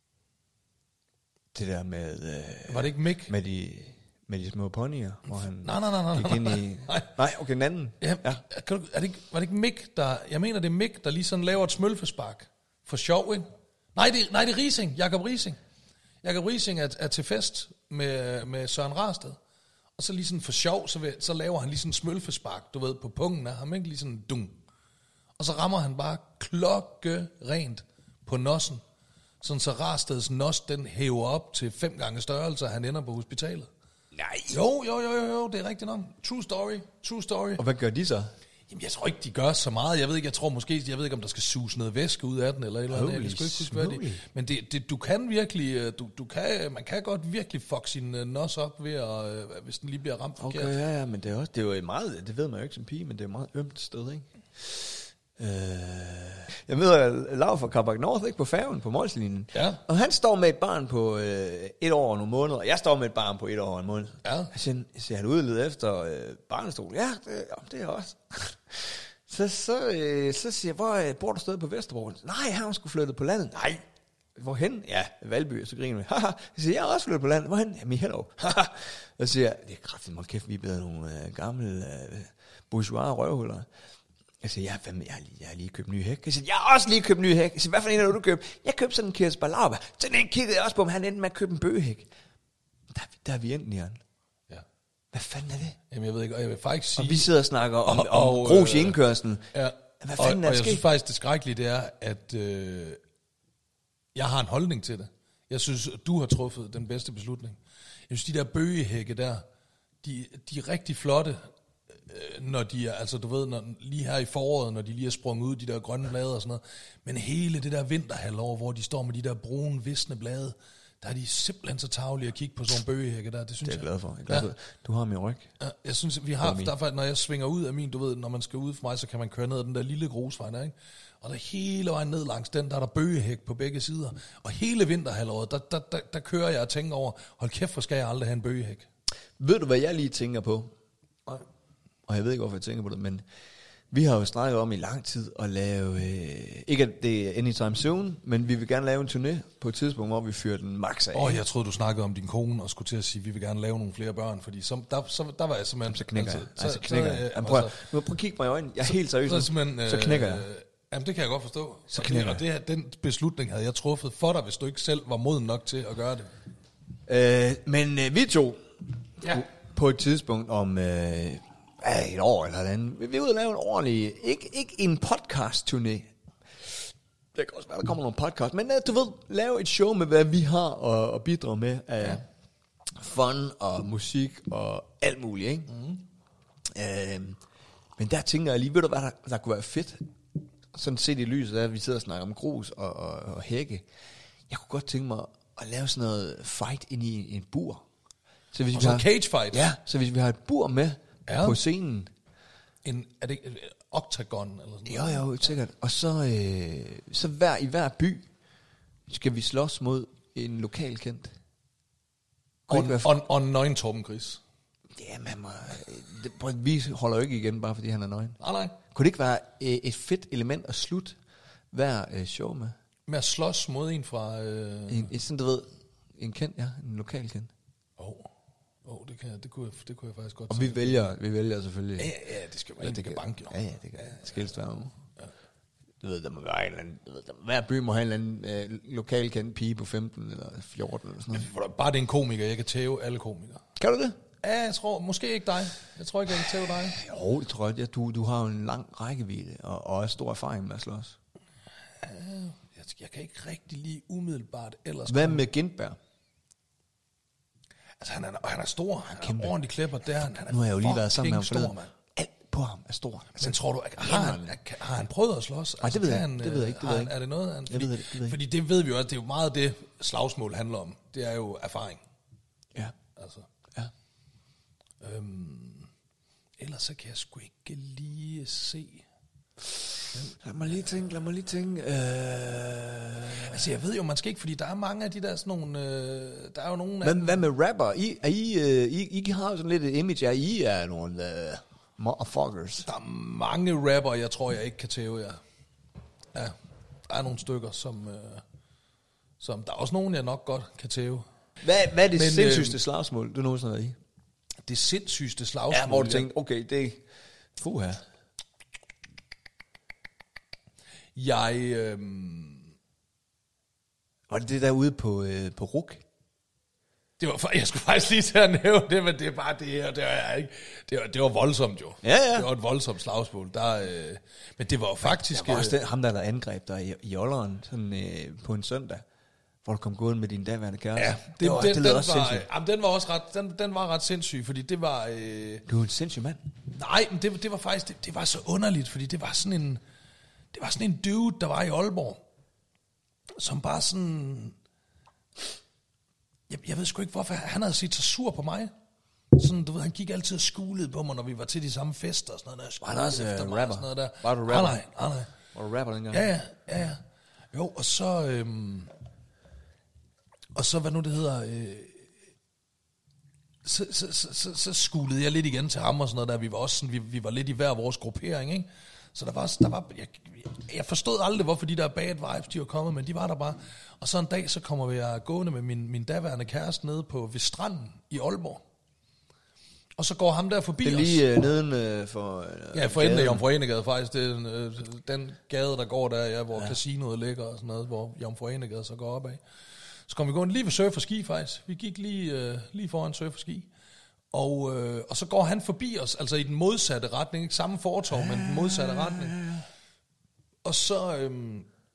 Det der med... Øh, Var det ikke Mick? Med de, med de små ponyer, hvor han Nej, nej, nej, nej, gik ind i... nej. Nej, okay, den anden. Ja, ja. Kan du, er det ikke, var det ikke Mick, der... Jeg mener, det er Mick, der lige sådan laver et smølfespark. For sjov, ikke? Nej, det, nej, det er Riising. Jakob Riising. Jakob Riising er, er til fest med, med Søren Rasted. Og så lige sådan for sjov, så, vil, så laver han lige sådan en smølfespark, du ved, på pungen af ham, ikke? Lige sådan dung. Og så rammer han bare klokke rent på nossen. Sådan så Rasteds nos, den hæver op til fem gange størrelse, og han ender på hospitalet. Nej. Jo, jo, jo, jo, jo, det er rigtigt nok. True story, true story. Og hvad gør de så? Jamen, jeg tror ikke, de gør så meget. Jeg ved ikke, jeg tror måske, jeg ved ikke, om der skal suges noget væske ud af den, eller et eller andet. Jeg kan sgu ikke huske, hvad det. Men det, det, du kan virkelig, du, du kan, man kan godt virkelig fuck sin uh, nos op ved at, uh, hvis den lige bliver ramt forkert. Okay, ja, ja, men det er også, det er jo et meget, det ved man jo ikke som pige, men det er et meget ømt sted, ikke? Øh, jeg møder Lav fra Carbac North, ikke, på færgen, på Molslinjen. Ja. Og han står med et barn på øh, et år og nogle måneder, og jeg står med et barn på et år og en måned. Ja. Jeg siger, siger han udledet efter øh, barnestol? Ja, det, ja, det er også. så, så, øh, så siger jeg, hvor øh, bor du stadig på Vesterbro? Nej, han har sgu flyttet på landet. Nej. Hvorhen? Ja, Valby. Og så griner vi. Haha. Jeg siger, jeg har også flyttet på landet. Hvorhen? Jamen i Hellerup. Haha. Og så siger jeg, det er kraftigt, mål kæft, vi er blevet nogle øh, gamle øh, bourgeois røvhuller. Jeg siger, jeg, fandme, jeg, har lige, jeg har lige købt en ny hæk. Jeg siger, jeg har også lige købt en ny hæk. Jeg siger, hvad for en har du købt? Jeg købte sådan en Kirsebær Lauber. Så den kiggede jeg også på, om han endte med at købe en bøgehæk. Der, der er vi enten, Jørgen. Ja. Hvad fanden er det? Jamen, jeg ved ikke, og jeg vil faktisk sige... Og vi sidder og snakker om, og, om og, grus i øh, indkørslen. Ja. Hvad Og, fanden og er jeg der synes sket? faktisk, det skrækkelige, det er, at øh, jeg har en holdning til det. Jeg synes, du har truffet den bedste beslutning. Jeg synes, de der bøgehække der, de, de er rigtig flotte, øh, når de er, altså du ved, når, lige her i foråret, når de lige er sprunget ud, de der grønne blade og sådan noget. Men hele det der vinterhalvår, hvor de står med de der brune, visne blade, der er de simpelthen så tarvelige at kigge på sådan nogle bøgehække der. Det synes Det er jeg jeg. glad for. Jeg er glad Ja. for. Du har min ryg. Ja, jeg synes, vi har, derfor, når jeg svinger ud af min, du ved, når man skal ud for mig, så kan man køre ned ad den der lille grusvej der, ikke? Og der hele vejen ned langs den, der er der bøgehæk på begge sider. Og hele vinterhalvåret, der, der, der, der kører jeg og tænker over, hold kæft, hvor skal jeg aldrig have en bøgehæk. Ved du, hvad jeg lige tænker på? Og jeg ved ikke, hvorfor jeg tænker på det, men vi har jo snakket om i lang tid at lave, øh, ikke at det er anytime soon, men vi vil gerne lave en turné på et tidspunkt, hvor vi fyrer den max af. Åh, oh, jeg troede, du snakkede om din kone og skulle til at sige, vi vil gerne lave nogle flere børn, fordi så, der, så, der var jeg simpelthen... Så knækker jeg. så, Altså, knækker så, jeg. øh, Jamen, prøv, altså, at- nu prøv at kigge mig i øjnene. Jeg er helt seriøs så, nu. simpelthen, Så knækker jeg. Øh, jamen, det kan jeg godt forstå. Så Og knækker det, og det, her- den beslutning havde jeg truffet for dig, hvis du ikke selv var moden nok til at gøre det. Øh, men øh, vi to, Ja. på et tidspunkt om øh, ja, et år eller andet, vi vil ud og lave en ordentlig, ikke, ikke en podcast-turné. Det kan også være, der kommer nogle podcast, men øh, du ved, lave et show med, hvad vi har at, at bidrage med af ja. fun og musik og alt muligt, ikke? Mm. Øh, men der tænker jeg lige, ved du hvad, der, der kunne være fedt? Sådan set i lyset af, at vi sidder og snakker om grus og, og, og hække. Jeg kunne godt tænke mig at lave sådan noget fight ind i en bur. Så hvis Og vi så har, cage fight. ja, så hvis vi har et bur med Ja. på scenen, En, er det ikke en octagon eller sådan noget? jo jo, sikkert, og så, øh, så hver, i hver by skal vi slås mod en lokal kendt. Kunne ikke On, være f- on, on nøgen Torben Gris. ja, man må, det, prøv, vi holder jo ikke igen, bare fordi han er nøgen. Nej, nej. Kunne det ikke være øh, et fedt element at slutte hver øh, show med? Med at slås mod en fra... Øh... En, et, sådan, du ved, en kendt, ja, en lokal kendt. Åh, oh. oh, det, kan, jeg- det, kunne jeg, det kunne jeg faktisk godt Og se. vi vælger, vi vælger selvfølgelig. Ja, ja, ja, det skal jo være en, det kan banke jo. Ja, ja, det kan. Det skal helst være jo. Du ved, der må være en eller anden, du ved, der, hver by må have en eller anden øh, lokalkendt pige på femten eller fjorten eller sådan noget. Bare det er en komiker, jeg kan tæve alle komikere. Kan du det? Ja, jeg tror, måske ikke dig. Jeg tror ikke, jeg kan tæve dig. Jo, det tror jeg. Ja, du, du har jo en lang rækkevidde og, og også stor erfaring med at slås. Jeg, jeg kan ikke rigtig lige umiddelbart ellers... Hvad med Gindberg? Altså, han er, han er stor. Han er Kæmpe. ordentlig klipper der. Han er Nu har jeg jo lige været sammen med ham fucking stor, forleden. mand. Alt på ham er stor. Men tror du, har han, har han prøvet at slås? Nej, det ved jeg kan ikke. han, Det ved jeg ikke. Det har ved jeg han- Er det noget, han, Jeg fordi, ved det, det ved jeg fordi det ved vi jo også, det er jo meget det, slagsmål handler om. Det er jo erfaring. Ja. Altså. Ja. Øhm, ellers så kan jeg sgu ikke lige se... Lad mig lige tænke, lad mig lige tænke. Øh... Altså, jeg ved jo, man skal ikke, fordi der er mange af de der sådan nogle... Øh, der er jo nogle Hvad, hvad med rapper? I, er I, uh, I, I har jo sådan lidt et image af, I er nogle uh, motherfuckers. Der er mange rapper, jeg tror, jeg ikke kan tæve, ja. Ja, der er nogle stykker, som... Øh, som der er også nogen, jeg nok godt kan tæve. Hvad, hvad er det Men, sindssygste øh, slagsmål, du nogensinde har været i? Det sindssygste slagsmål... Ja, hvor du jeg- tænkte, okay, det... Fuh her. Jeg... Øhm, Var det det der ude på, øh, på Ruk? det var, fa- jeg skulle faktisk lige til at nævne det, men det er bare det her, det var jeg ikke. Det var, det var voldsomt jo. Ja, ja. Det var et voldsomt slagsmål. Der, øh, men det var jo faktisk... Der var også øh, det, ham, der der angreb dig i, i Olderen, sådan øh, på en søndag, hvor du kom gående med din daværende kæreste. Ja, det, det, var, den, det lød den, også var, sindssygt. jamen, den var også ret, den, den var ret sindssyg, fordi det var... Øh, Du er en sindssyg mand. nej, men det, det var faktisk... Det, det var så underligt, fordi det var sådan en... Det var sådan en dude, der var i Aalborg, som bare sådan... Jeg, jeg ved sgu ikke, hvorfor han havde set så sur på mig. Sådan, du ved, han gik altid og skulede på mig, når vi var til de samme fester og sådan noget der. Var han også, Efter øh, mig og rapper? Sådan noget der. Var du Nej, rapper? nej, nej, nej. Var du rapper dengang? Ja, ja, ja, ja. Jo, og så... Øhm, og så, hvad nu det hedder... Øh, så, så, så, så, så skulede jeg lidt igen til ham og sådan noget der. Vi var også sådan, vi, vi var lidt i hver vores gruppering, ikke? Så der var, der var jeg, jeg forstod aldrig, hvorfor de der bad vibes, de var kommet, men de var der bare. Og så en dag, så kommer vi at gående med min, min daværende kæreste nede på ved stranden i Aalborg. Og så går ham der forbi Det er os. lige øh, neden øh, for... Øh, Ja, for enden af gaden. Jomfru Anegade faktisk. Det er den, øh, den gade, der går der, ja, hvor ja. Casinoet ligger og sådan noget, hvor Jomfru Anegade så går opad. Så kom vi gående lige ved Surf og Ski faktisk. Vi gik lige, øh, lige foran Surf og Ski. Og, øh, og så går han forbi os, altså i den modsatte retning. Ikke samme fortov, men den modsatte retning. Og så, øh,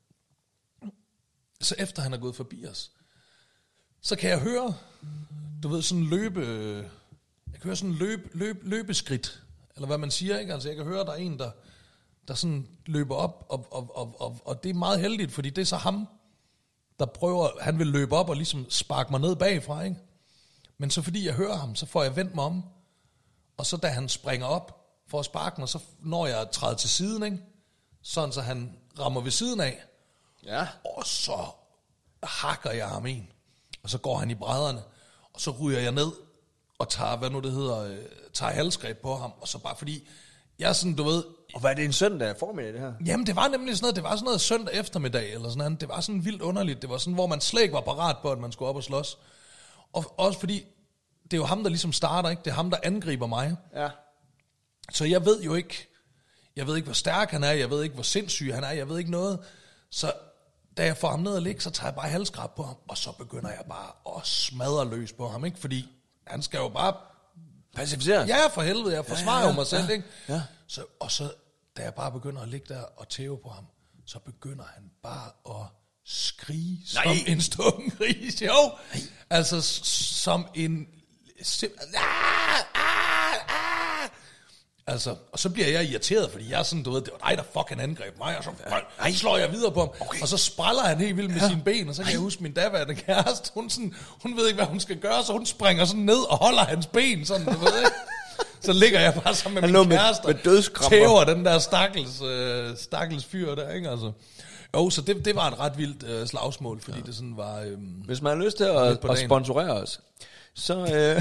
så efter han er gået forbi os, så kan jeg høre, du ved, sådan løbe... Jeg kan høre sådan løb, løb, løbeskridt, eller hvad man siger, ikke? Altså jeg kan høre, der er en, der, der sådan løber op, og, og, og, og, og det er meget heldigt, fordi det er så ham, der prøver, han vil løbe op og ligesom sparke mig ned bagfra, ikke? Men så fordi jeg hører ham, så får jeg vendt mig om, og så da han springer op for at sparke mig, så når jeg træder til siden, ikke? Sådan så han rammer ved siden af, Ja. og så hakker jeg ham en, og så går han i brædderne, og så ryger jeg ned, og tager, hvad nu det hedder, øh, tager halsgreb på ham, og så bare fordi, jeg er sådan, du ved, Og hvad er det en søndag formiddag, det her? jamen det var nemlig sådan noget, det var sådan noget søndag eftermiddag, eller sådan noget, det var sådan vildt underligt, det var sådan, hvor man slet ikke var parat på, at man skulle op og slås, og også fordi, det er jo ham, der ligesom starter, ikke, det er ham, der angriber mig, Ja. så jeg ved jo ikke, jeg ved ikke, hvor stærk han er, jeg ved ikke, hvor sindssyg han er, jeg ved ikke noget, så da jeg får ham ned og ligge, så tager jeg bare halsgreb på ham, og så begynder jeg bare at smadre løs på ham, ikke, fordi han skal jo bare... Pacificeres? Ja, for helvede, jeg forsvarer Ja, ja, jo mig selv, ja, ikke? ja. Så, og så, da jeg bare begynder at ligge der og tæve på ham, så begynder han bare at skrige som Nej. en stum gris, jo. Nej. Altså, s- som en... sim- Ah, ah, ah. Altså, og så bliver jeg irriteret, fordi jeg er sådan, du ved, det var dig, der fucking angreb mig, og så ja. slår jeg videre på ham, okay. Og så spræller han helt vildt med ja. sine ben, og så kan jeg huske min daværende kæreste, hun, sådan, hun ved ikke, hvad hun skal gøre, så hun springer sådan ned og holder hans ben, sådan, du ved ikke? Så ligger jeg bare sammen med Han min lå med- kæreste, med dødskramper. tæver den der stakkels, øh, stakkels fyr der, ikke altså. Jo, så det, det var et ret vildt øh, slagsmål, fordi ja. det sådan var... Øh, Hvis man har lyst til at, Lidt på at dagen. sponsorere os, så... Øh,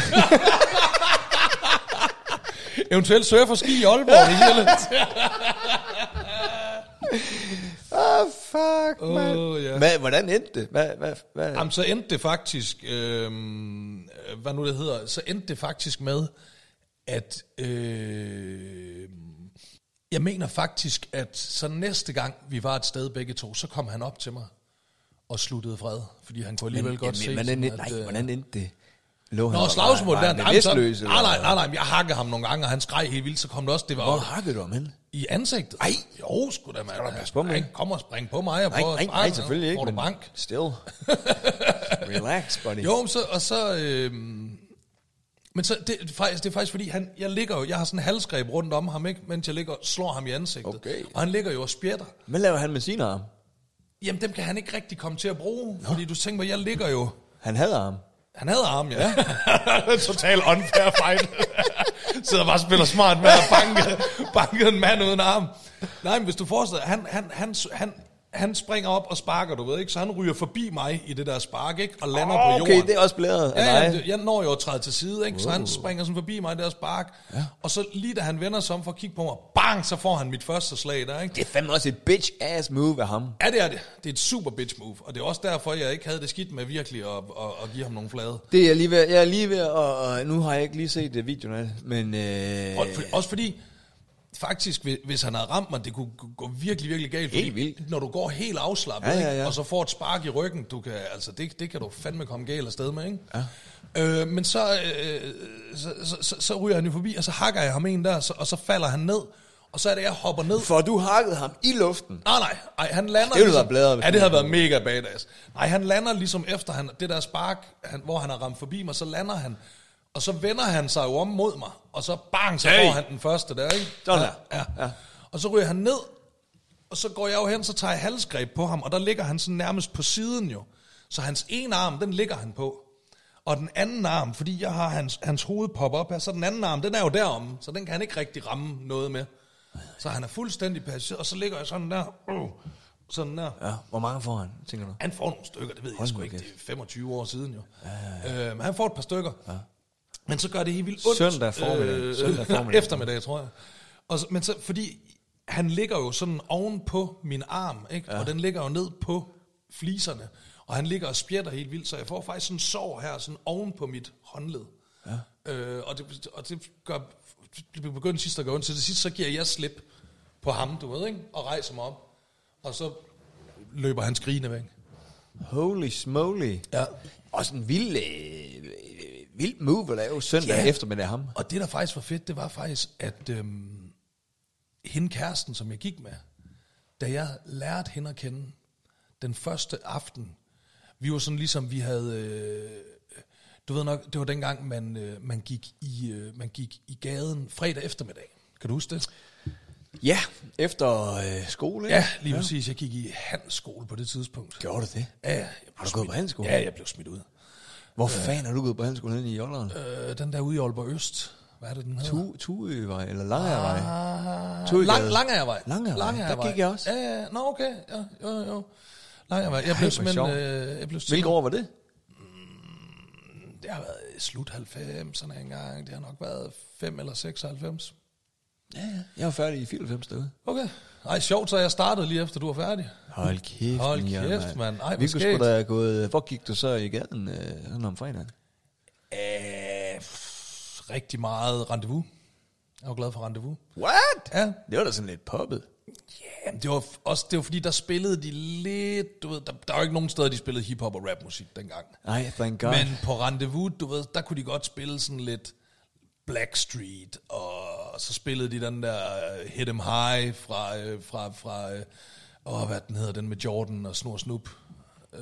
eventuelt surf og ski i Aalborg, det hele. ah, fuck, Åh, man. ja. Hvad, hvordan endte det? Hvad, hvad, hvad? Jamen, så endte det faktisk, øh, hvad nu det hedder, så endte det faktisk med, at øh, jeg mener faktisk, at så næste gang vi var et sted begge to, så kom han op til mig og sluttede fred, fordi han kunne alligevel godt se, hvordan, sådan, endte, nej, at, øh, hvordan endte det? Lå han Nå, og- slagsmål var- der, var nej, han så, bevidstløs, nej, eller nej, hvad? nej, nej, jeg hakkede ham nogle gange, og han skreg helt vildt, så kom det også, det var Hvor jo hakkede du ham hen? i ansigtet. Ej. Jo, sgu da, mand. pas på, mand. Han kom og spring på mig og Nej, prøve at nej, sparke. nej, selvfølgelig ikke. Får du men bank? Still. Relax, buddy. Jo, men så, og så... Øh, men så, det, er faktisk, det er faktisk fordi, han, jeg ligger jo, jeg har sådan en halsgreb rundt om ham, ikke, mens jeg ligger og slår ham i ansigtet. Okay. Og han ligger jo og spjætter. Hvad laver han med sine arme? Jamen, dem kan han ikke rigtig komme til at bruge, Nå. fordi du tænker mig, jeg ligger jo... Han hader ham. Han havde arm, ja. ja. Total unfair fight. Sidder bare og spiller smart med at banke, banke en mand uden arm. Nej, men hvis du forestiller dig, han, han, han, han, han springer op og sparker, du ved ikke, så han ryger forbi mig i det der spark, ikke, og lander oh, på jorden. Okay, det er også blæret af ja, dig. Ja, jeg når jo at træde til side, ikke, så han springer sådan forbi mig i det der spark, ja. Og så lige da han vender sig om for at kigge på mig, bang, så får han mit første slag der, ikke. Det er fandme også et bitch-ass move af ham. Ja, det er det. Det er et super bitch move, og det er også derfor, jeg ikke havde det skidt med virkelig at, at, at give ham nogle flade. Det er jeg lige ved, jeg er lige ved, og, og nu har jeg ikke lige set videoen af det, men... Øh... Og, for, også fordi... Faktisk, hvis han havde ramt mig, det kunne gå virkelig, virkelig galt. Fordi helt vildt. Når du går helt afslappet, ja, ja, ja. Ikke? Og så får et spark i ryggen, du kan, altså, det, det kan du fandme komme galt afsted med. Ikke? Ja. Øh, men så, øh, så, så, så, så ryger han jo forbi, og så hakker jeg ham en der, så, og så falder han ned. Og så er det, jeg hopper ned. For du hakkede ham i luften? Nej, nej. Ej, han lander det ville ligesom, være blæret. Ja, det havde været mega badass. Nej, han lander ligesom efter han, det der spark, han, hvor han har ramt forbi mig, så lander han. Og så vender han sig jo om mod mig, og så bang, så hey. får han den første der, ikke? Sådan der. Ja, ja. ja. Og så ryger han ned, og så går jeg jo hen, så tager jeg halsgreb på ham, og der ligger han sådan nærmest på siden jo. Så hans ene arm, den ligger han på. Og den anden arm, fordi jeg har hans, hans hoved poppe op her, så den anden arm, den er jo deromme, så den kan han ikke rigtig ramme noget med. Så han er fuldstændig passeret, og så ligger jeg sådan der, uh, sådan der. Ja, hvor mange får han, tænker du? Han får nogle stykker, det ved jeg sgu ikke, det er femogtyve år siden jo. Ja, ja, ja. Øh, men han får et par stykker. Ja. Men så gør det helt vildt ondt. Søndag formiddag. Øh, Søndag formiddag. Eftermiddag, tror jeg. Og så, men så, fordi han ligger jo sådan oven på min arm, ikke? Ja. Og den ligger jo ned på fliserne. Og han ligger og spjætter helt vildt, så jeg får faktisk sådan en sår her, sådan oven på mit håndled. Ja. Øh, og, det, og det gør, det begynder sidst at gå ondt. Så til sidst, så giver jeg slip på ham, du ved, ikke? Og rejser mig op. Og så løber han skrigende væk. Holy smoly. Ja. Også en vild, øh, vild move at lave søndag ja. eftermiddag ham. Og det, der faktisk var fedt, det var faktisk, at øhm, hende kæresten, som jeg gik med, da jeg lærte hende at kende den første aften, vi var sådan ligesom, vi havde, øh, du ved nok, det var dengang, man, øh, man, gik i, øh, man gik i gaden fredag eftermiddag. Kan du huske det? Ja, efter øh, skole, ikke? Ja, lige ja. præcis. Jeg gik i handelsskole på det tidspunkt. Gjorde du det? Ja, jeg har du gået på handelsskole? Ja, jeg blev smidt ud. Hvor øh, fanden har du gået på handelsskole henne i Jolland? Øh, den der ude i Aalborg Øst. Hvad er det, den hedder? Tu, Tuøvej, eller Langervej? Ah, Lang, Langervej. Langervej, der gik jeg også. Ja, ja, nå okay. Ja, jo, jo. Langervej. Jeg blev simpelthen... Øh, jeg blev Hvilke år var det? Mm, det har været slut halvfemserne engang. Det har nok været fem eller seksoghalvfems. Ja, ja. Jeg var færdig i fireoghalvfems derude. Okay. Ej, sjovt, så jeg startede lige efter, du var færdig. Hold kæft, Hold kæft, mand. Ej, vi kunne sgu da gået... Hvor gik du så i gaden øh, sådan om fredagen? Æh, rigtig meget rendezvous. Jeg var glad for rendezvous. What? Ja. Det var da sådan lidt poppet. Ja, yeah, det var også det var fordi, der spillede de lidt... Du ved, der, der var jo ikke nogen steder, de spillede hiphop og rapmusik dengang. Nej, thank God. Men på rendezvous, du ved, der kunne de godt spille sådan lidt... Blackstreet, og så spillede de den der uh, Hit 'em High fra, uh, fra, fra uh, åh, hvad den hedder, den med Jordan og Snor Snoop. Uh,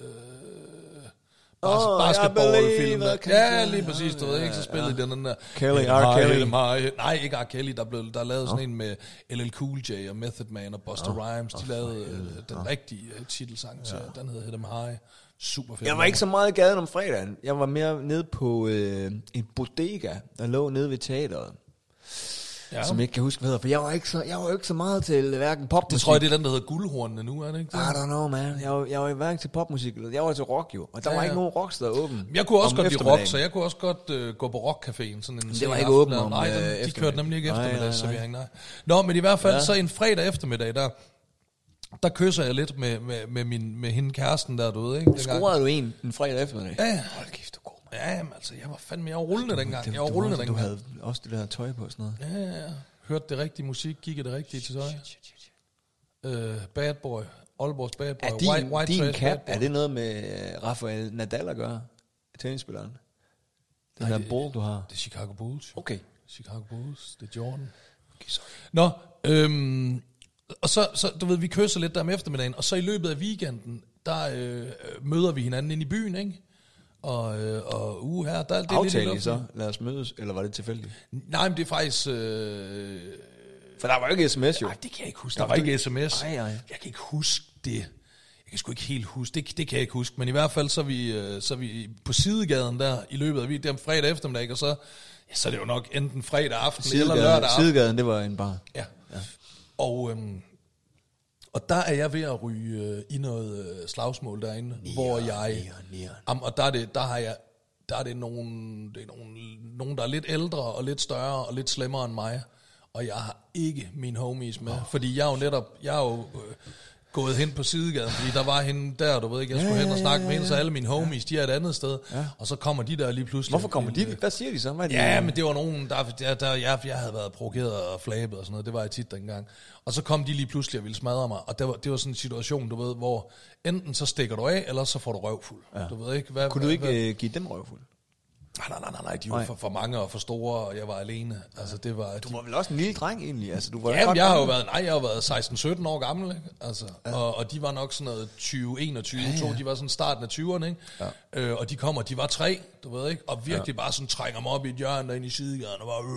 bas- oh, basketballfilm. Ja, lige præcis, du ved ikke, så spillede ja. de den der Kelly, R. Kelly. Nej, ikke R. Kelly, der blev der lavede sådan oh. en med L L Cool J og Method Man og Busta oh. Rhymes. De oh, lavede uh, den oh. rigtige uh, titelsang til, ja. Den hedder Hit 'em High. Super fedt. Jeg var ikke så meget i gaden om fredagen. Jeg var mere nede på øh, en bodega, der lå nede ved teateret. Ja. Som jeg ikke kan huske, hvad hedder. For jeg var ikke så, jeg var ikke så meget til hverken popmusik. Det tror jeg, det er den, der hedder Guldhornene nu, er det ikke det? I don't know, man. Jeg var, jeg var hverken til popmusik, eller jeg var til rock jo. Og der ja, var ikke nogen rocksteder åben. Jeg kunne også godt lide rock, så jeg kunne også godt uh, gå på rockcaféen. Sådan en det var ikke åben om nej, den, de kørte nemlig ikke eftermiddagsservering, nej. Nå, men i hvert fald ja. Så en fredag eftermiddag, der... Der kysser jeg lidt med, med, med, min, med hende kæresten der, du ved, ikke? Scorede du en en fredag eftermiddag? Ja, ja. Hold kæft, du god, man. Ja, jamen, altså, jeg var fandme, jeg var rullende dengang. Det, jeg var du, rullende du, dengang. Du havde også det der tøj på og sådan noget. Ja, ja, ja. Hørte det rigtige musik, gik det rigtige til tøj. Uh, bad Boy, Aalborgs Bad Boy. Er din, white, white din cap, er det noget med Rafael Nadal at gøre? Tennisspilleren? Den der ball, du har? Det er Chicago Bulls. Okay. Chicago Bulls, det er Jordan. Okay, sorry. Nå, øhm... Og så, så, du ved, vi kysser lidt der om eftermiddagen, og så i løbet af weekenden, der øh, møder vi hinanden ind i byen, ikke? Og, øh, og uh, her, der... Det er aftale lidt så? Lad os mødes, eller var det tilfældigt? Nej, men det er faktisk... Øh, For der var jo ikke sms, jo. Nej, det kan jeg ikke huske. Der, der var ikke sms. Ej, ej. Jeg kan ikke huske det. Jeg kan kan sgu ikke helt huske, det, det kan jeg ikke huske, men i hvert fald så er vi, øh, så er vi på sidegaden der, i løbet af vi, det er fredag eftermiddag, og så, ja, så er det jo nok enten fredag aften Sidegaden, eller lørdag aften. Sidegaden, det var en bar. Ja, ja. Og, øhm, og der er jeg ved at ryge øh, i noget øh, slagsmål derinde, Nier, hvor jeg, nier, nier. Am, og der er det, der har jeg, der er det nogen, det er nogen, nogen, der er lidt ældre og lidt større og lidt slemmere end mig, og jeg har ikke mine homies med, oh. fordi jeg er jo netop, jeg er jo øh, gået hen på sidegaden, fordi der var hende der, du ved ikke, jeg skulle ja, hen og snakke ja, ja, ja. med hende, så alle mine homies, de er et andet sted, ja. og så kommer de der lige pludselig. Hvorfor kommer de? Hvad siger de så? Hvad de? Ja, men det var nogen, der, der, der jeg, jeg havde været provokeret og flabet og sådan noget, det var jeg tit dengang. Og så kom de lige pludselig og ville smadre mig, og det var, det var sådan en situation, du ved, hvor enten så stikker du af, eller så får du røvfuld. Ja. Du ved ikke, hvad, Kunne du ikke hvad, øh, give dem røvfuld? Nej, nej, nej, nej, nej, de var for, for mange og for store, og jeg var alene. Altså, det var, du var vel også en lille dreng egentlig? Altså, du var ja, jeg har jo været, nej, jeg har været seksten sytten år gammel, ikke? Altså, ja. og, og de var nok sådan noget tyve enogtyve, ja, ja. to, de var sådan starten af tyverne, ikke? Ja. Øh, og de kommer, de var tre, du ved ikke? Og virkelig ja. bare sådan trænger mig op i et hjørne derinde i sidegaden, og bare...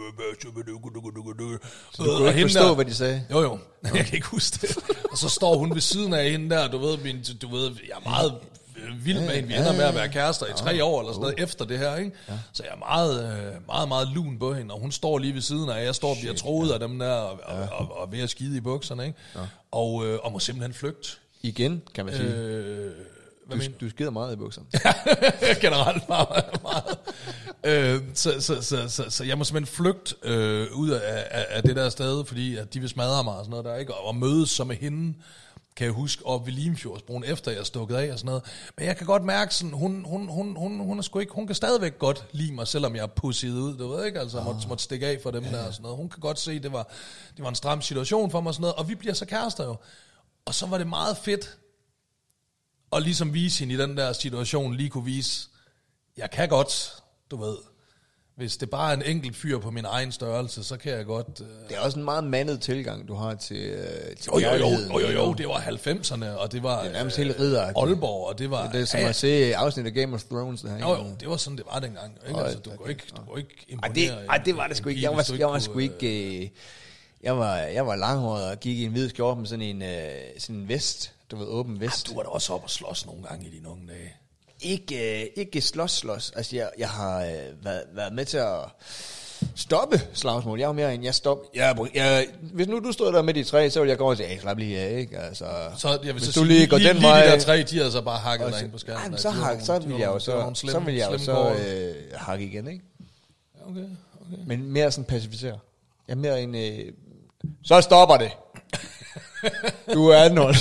Så du kunne ikke forstå, der, hvad de sagde? Jo, jo, ja. Jeg kan ikke huske det. Og så står hun ved siden af hende der, du ved, min, du ved, jeg er meget... vild med hende. Vi ender med at være kærester i tre år eller sådan noget efter det her, ikke? Ja. Så jeg er meget, meget, meget lun på hende, og hun står lige ved siden af, jeg står og bliver troet af dem der, og, ja. og, og, og ved at skide i bukserne, ikke? Ja. Og, øh, og må simpelthen flygte. Igen, kan man sige. Øh, du, du skider meget i bukserne. Generelt meget, meget. øh, så, så, så, så, så jeg må simpelthen flygte øh, ud af, af, af det der sted, fordi at de vil smadre mig og sådan noget der, ikke? Og, og mødes så med hende, kan jeg huske, op ved Limfjordsbroen, efter jeg er stukket af og sådan noget. Men jeg kan godt mærke, sådan, hun, hun, hun, hun, hun, er sgu ikke, hun kan stadigvæk godt lide mig, selvom jeg er pusset ud, du ved ikke, altså, jeg måtte, måtte stikke af for dem ja, der og sådan noget. Hun kan godt se, det var, det var en stram situation for mig og sådan noget, og vi bliver så kærester jo. Og så var det meget fedt, at ligesom vise hende i den der situation, lige kunne vise, jeg kan godt, du ved, hvis det bare er en enkelt fyr på min egen størrelse, så kan jeg godt... Øh... Det er også en meget mandet tilgang, du har til, øh, til jo, jo, jo, jo, jo, jo, det var halvfemserne, og det var... Det er nærmest helt ridder. Aalborg, og det var... Det er som ja, at se afsnit af Game of Thrones. Det her, jo, jo, det var sådan, det var dengang. Ikke? Altså, du går ikke, du går ikke imponere... Ej, det, ej, det var det sgu ikke. Jeg var, jeg var sgu ikke... Øh, jeg var, jeg var langhåret og gik i en hvid skjorte med sådan en, øh, sådan en vest. Du ved, åben vest. Ja, du var da også op og slås nogle gange i dine unge dage. Ikke, øh, ikke slås, slås. Altså, jeg, jeg har øh, været, været med til at stoppe slagsmål. Jeg var mere end, jeg stop. Jeg, jeg, hvis nu du stod der midt i træ, så ville jeg gå og sige, hey, slap lige af, ikke? Altså, så jeg vil hvis så du sige, lige går lige, den lige vej... de der træ, de havde så bare hakket dig ind på skærmen. Ej, så, hak, så vil jeg jo så, slem, så, vil jeg jo så øh, hakke igen, ikke? Okay, okay. Men mere sådan pacificere. Jeg er mere en... Øh, så stopper det. Du er anholdt.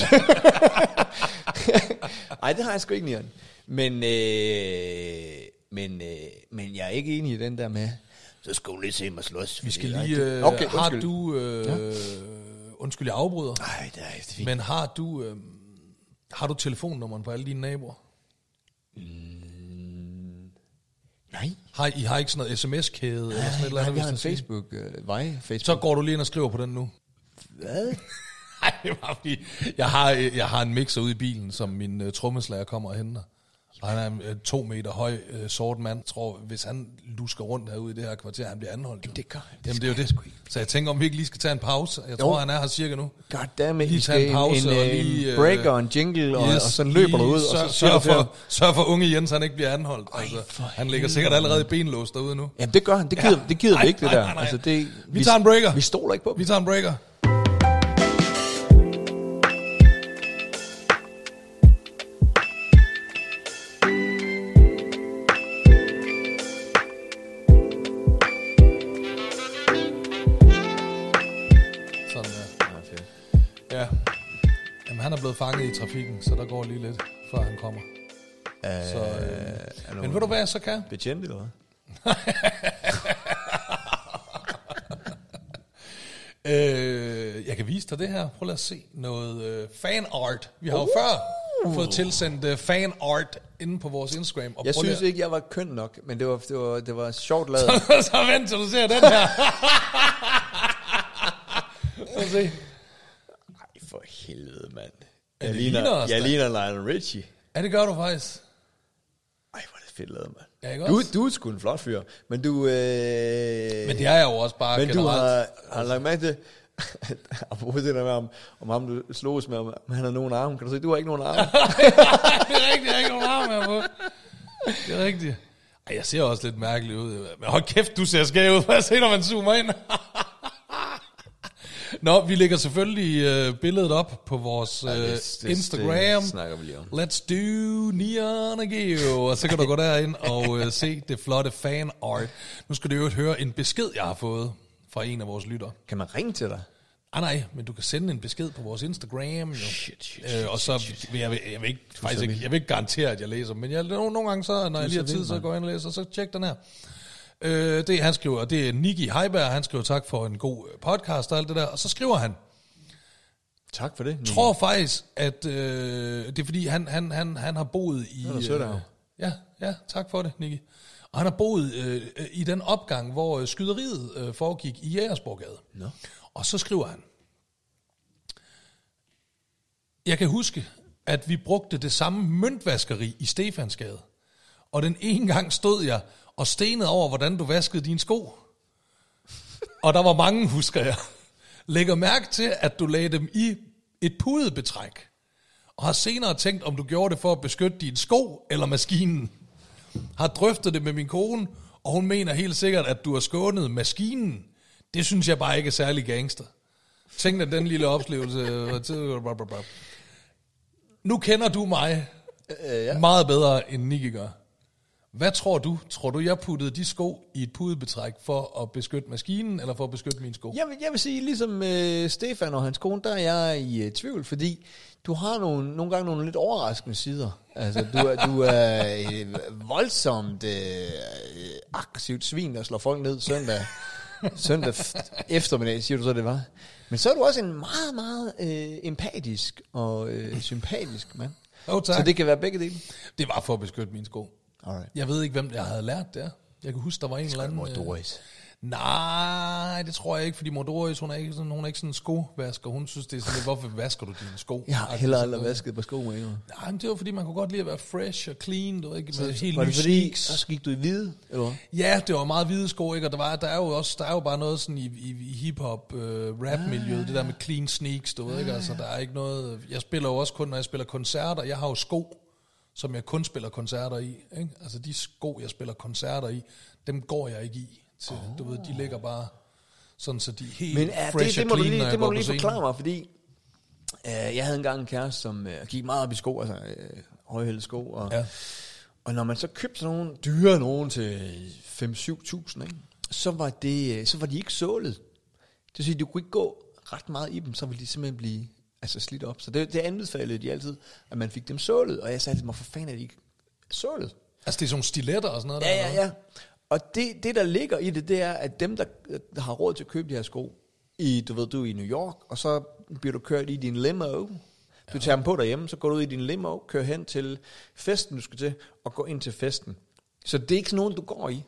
Ej, det har jeg sgu ikke, Nian. Men, øh, men, øh, men jeg er ikke enig i den der med, så skal du lige se mig slås. Vi skal lige... Øh, okay, har du... Øh, ja. Undskyld, jeg afbryder. Nej, det er ikke fint. Men har du... Øh, har du telefonnummeren på alle dine naboer? Mm, nej. Har, I har ikke sådan noget sms-kæde? Nej, eller sådan et eller andet, nej, vi har en Facebook, øh, vej, Facebook. Så går du lige ind og skriver på den nu. Hvad? Nej, det var fordi, jeg har, jeg har en mixer ude i bilen, som min uh, trommeslager kommer og henter. Og han er en uh, to meter høj uh, sort mand. Jeg tror, hvis han lusker rundt herude i det her kvarter, han bliver anholdt. Jamen, det gør det. Jamen, det er jo det. Så jeg tænker, om vi ikke lige skal tage en pause. Jeg tror, jo. Han er her cirka nu. Goddammit, lige tage en pause en, og lige... En breaker og en jingle, og, yes, og sådan løber du ud. Sør, og så sørg, for, sørg for unge Jens, han ikke bliver anholdt. Ej, altså, han ligger sikkert allerede i benlås derude nu. Jamen, det gør han. Det gider, ja. det gider vi ikke, det der. Nej, nej, nej. Altså, det, vi, vi tager en breaker. Vi stoler ikke på dem. Vi tager en breaker. Han er blevet fanget i trafikken, så der går lige lidt, før han kommer. Uh, så, øh, men ved du hvad jeg så kan? Betjent eller hvad? øh, jeg kan vise dig det her. Prøv at se noget øh, fanart. Vi har jo uh. før fået tilsendt uh, fanart inde på vores Instagram. Og jeg synes ikke, jeg var køn nok, men det var, det var, det var sjovt lavet. så, så vent til du ser den her. Prøv at se. For helvede, mand. Jeg, jeg ligner, ligner jeg ligner Lionel Richie. Ja, det gør du faktisk. Ej, hvor er det fedt lavet, mand. Ja, ikke du, også? du er sgu en flot fyr, men du... Øh, men det er jeg jo også bare men generelt. Men du har, har lagt mærke til, apropos det der med, om, om ham du slås med, om han har nogen arme. Kan du se, du har ikke nogen arme? Det er rigtigt, jeg har ikke nogen arme her på. Det er rigtigt. Ej, jeg ser også lidt mærkelig ud. Men hold kæft, du ser skæv ud. Hvad ser når man zoomer ind? Nå, vi lægger selvfølgelig uh, billedet op på vores uh, ja, det, det, Instagram. Det snakker vi lige om. Let's do Neon og Geo. Og så kan du gå derind og uh, se det flotte fan art. Nu skal du jo høre en besked, jeg har fået fra en af vores lytter. Kan man ringe til dig? Ah nej, men du kan sende en besked på vores Instagram. Jo. Shit, shit, shit, øh, og så shit, shit. vil jeg, jeg, jeg vil ikke, faktisk ikke, jeg vil ikke garantere, at jeg læser, men jeg, nogle, nogle gange så, når jeg lige har tid, så går jeg ind og læser, så tjek den her. Øh, det han skriver, det er Nicky Heiberg, han skriver tak for en god podcast og alt det der, og så skriver han, tak for det. Jeg tror faktisk, at øh, det er fordi, han, han, han, han har boet i... Det er sødt af ham. Ja, ja, tak for det, Nicky. Og han har boet øh, i den opgang, hvor skyderiet øh, foregik i Jægersborggade. No. Og så skriver han, jeg kan huske, at vi brugte det samme møntvaskeri i Stefansgade. Og den ene gang stod jeg og stenede over, hvordan du vaskede dine sko. Og der var mange, husker jeg. Lægger mærke til, at du lagde dem i et pudebetræk. Og har senere tænkt, om du gjorde det for at beskytte dine sko eller maskinen. Har drøftet det med min kone, og hun mener helt sikkert, at du har skånet maskinen. Det synes jeg bare ikke er særlig gangster. Tænk dig den lille oplevelse. Nu kender du mig øh, ja. meget bedre, end Nicky gør. Hvad tror du? Tror du, jeg puttede de sko i et pudebetræk for at beskytte maskinen, eller for at beskytte mine sko? Jeg vil, jeg vil sige, ligesom øh, Stefan og hans kone, der er jeg i øh, tvivl, fordi du har nogle, nogle gange nogle lidt overraskende sider. Altså, du er, du er øh, voldsomt øh, aggressivt svin, der slår folk ned søndag, søndag eftermiddag, siger du så, det var. Men så er du også en meget, meget øh, empatisk og øh, sympatisk mand. Oh, tak. Så det kan være begge dele. Det var for at beskytte mine sko. Alright. Jeg ved ikke, hvem jeg havde lært det. Jeg kan huske, der var en eller anden... Mordoris. Nej, det tror jeg ikke, fordi Mordoris, hun er ikke sådan, hun er ikke sådan en skovasker. Hun synes, det er sådan lidt, hvorfor vasker du dine sko? Jeg har heller aldrig vasket på sko med endnu. Nej, men det var fordi, man kunne godt lide at være fresh og clean. Du ved ikke, med helt var det nye fordi, sneaks. så gik du i hvide, eller hvad? Ja, det var meget hvide sko, ikke? Og der, var, der, er jo også, der er jo bare noget sådan i, i, i hip-hop, uh, rap-miljøet, ah. det der med clean sneaks, du ved ikke? Altså, der er ikke noget... Jeg spiller jo også kun, når jeg spiller koncerter. Jeg har jo sko, som jeg kun spiller koncerter i, ikke? Altså, de sko, jeg spiller koncerter i, dem går jeg ikke i. Til, oh. Du ved, de ligger bare sådan, så de er helt Men er, fresh det, det må og clean, du lige, det må du lige forklare scenen. mig, fordi øh, jeg havde engang en kæreste, som øh, gik meget op i sko, altså øh, højhælde sko, og, Ja. og når man så købte sådan nogle dyre nogen til fem til syv tusind, ikke, så, var det, så var de ikke sålet. Det vil sige, du kunne ikke gå ret meget i dem, så ville de simpelthen blive altså, slidt op. Så det, det anbefalede de altid, at man fik dem sålet, og jeg sagde til mig, for fanden er de ikke sålet? Altså, det er sådan nogle stiletter og sådan noget? Ja, der, ja, ja. Og det, det, der ligger i det, det er, at dem, der, der har råd til at købe de her sko, i, du ved, du er i New York, og så bliver du kørt i din limo. Du ja. tager dem på derhjemme, så går du ud i din limo, kører hen til festen, du skal til, og går ind til festen. Så det er ikke sådan nogen, du går i.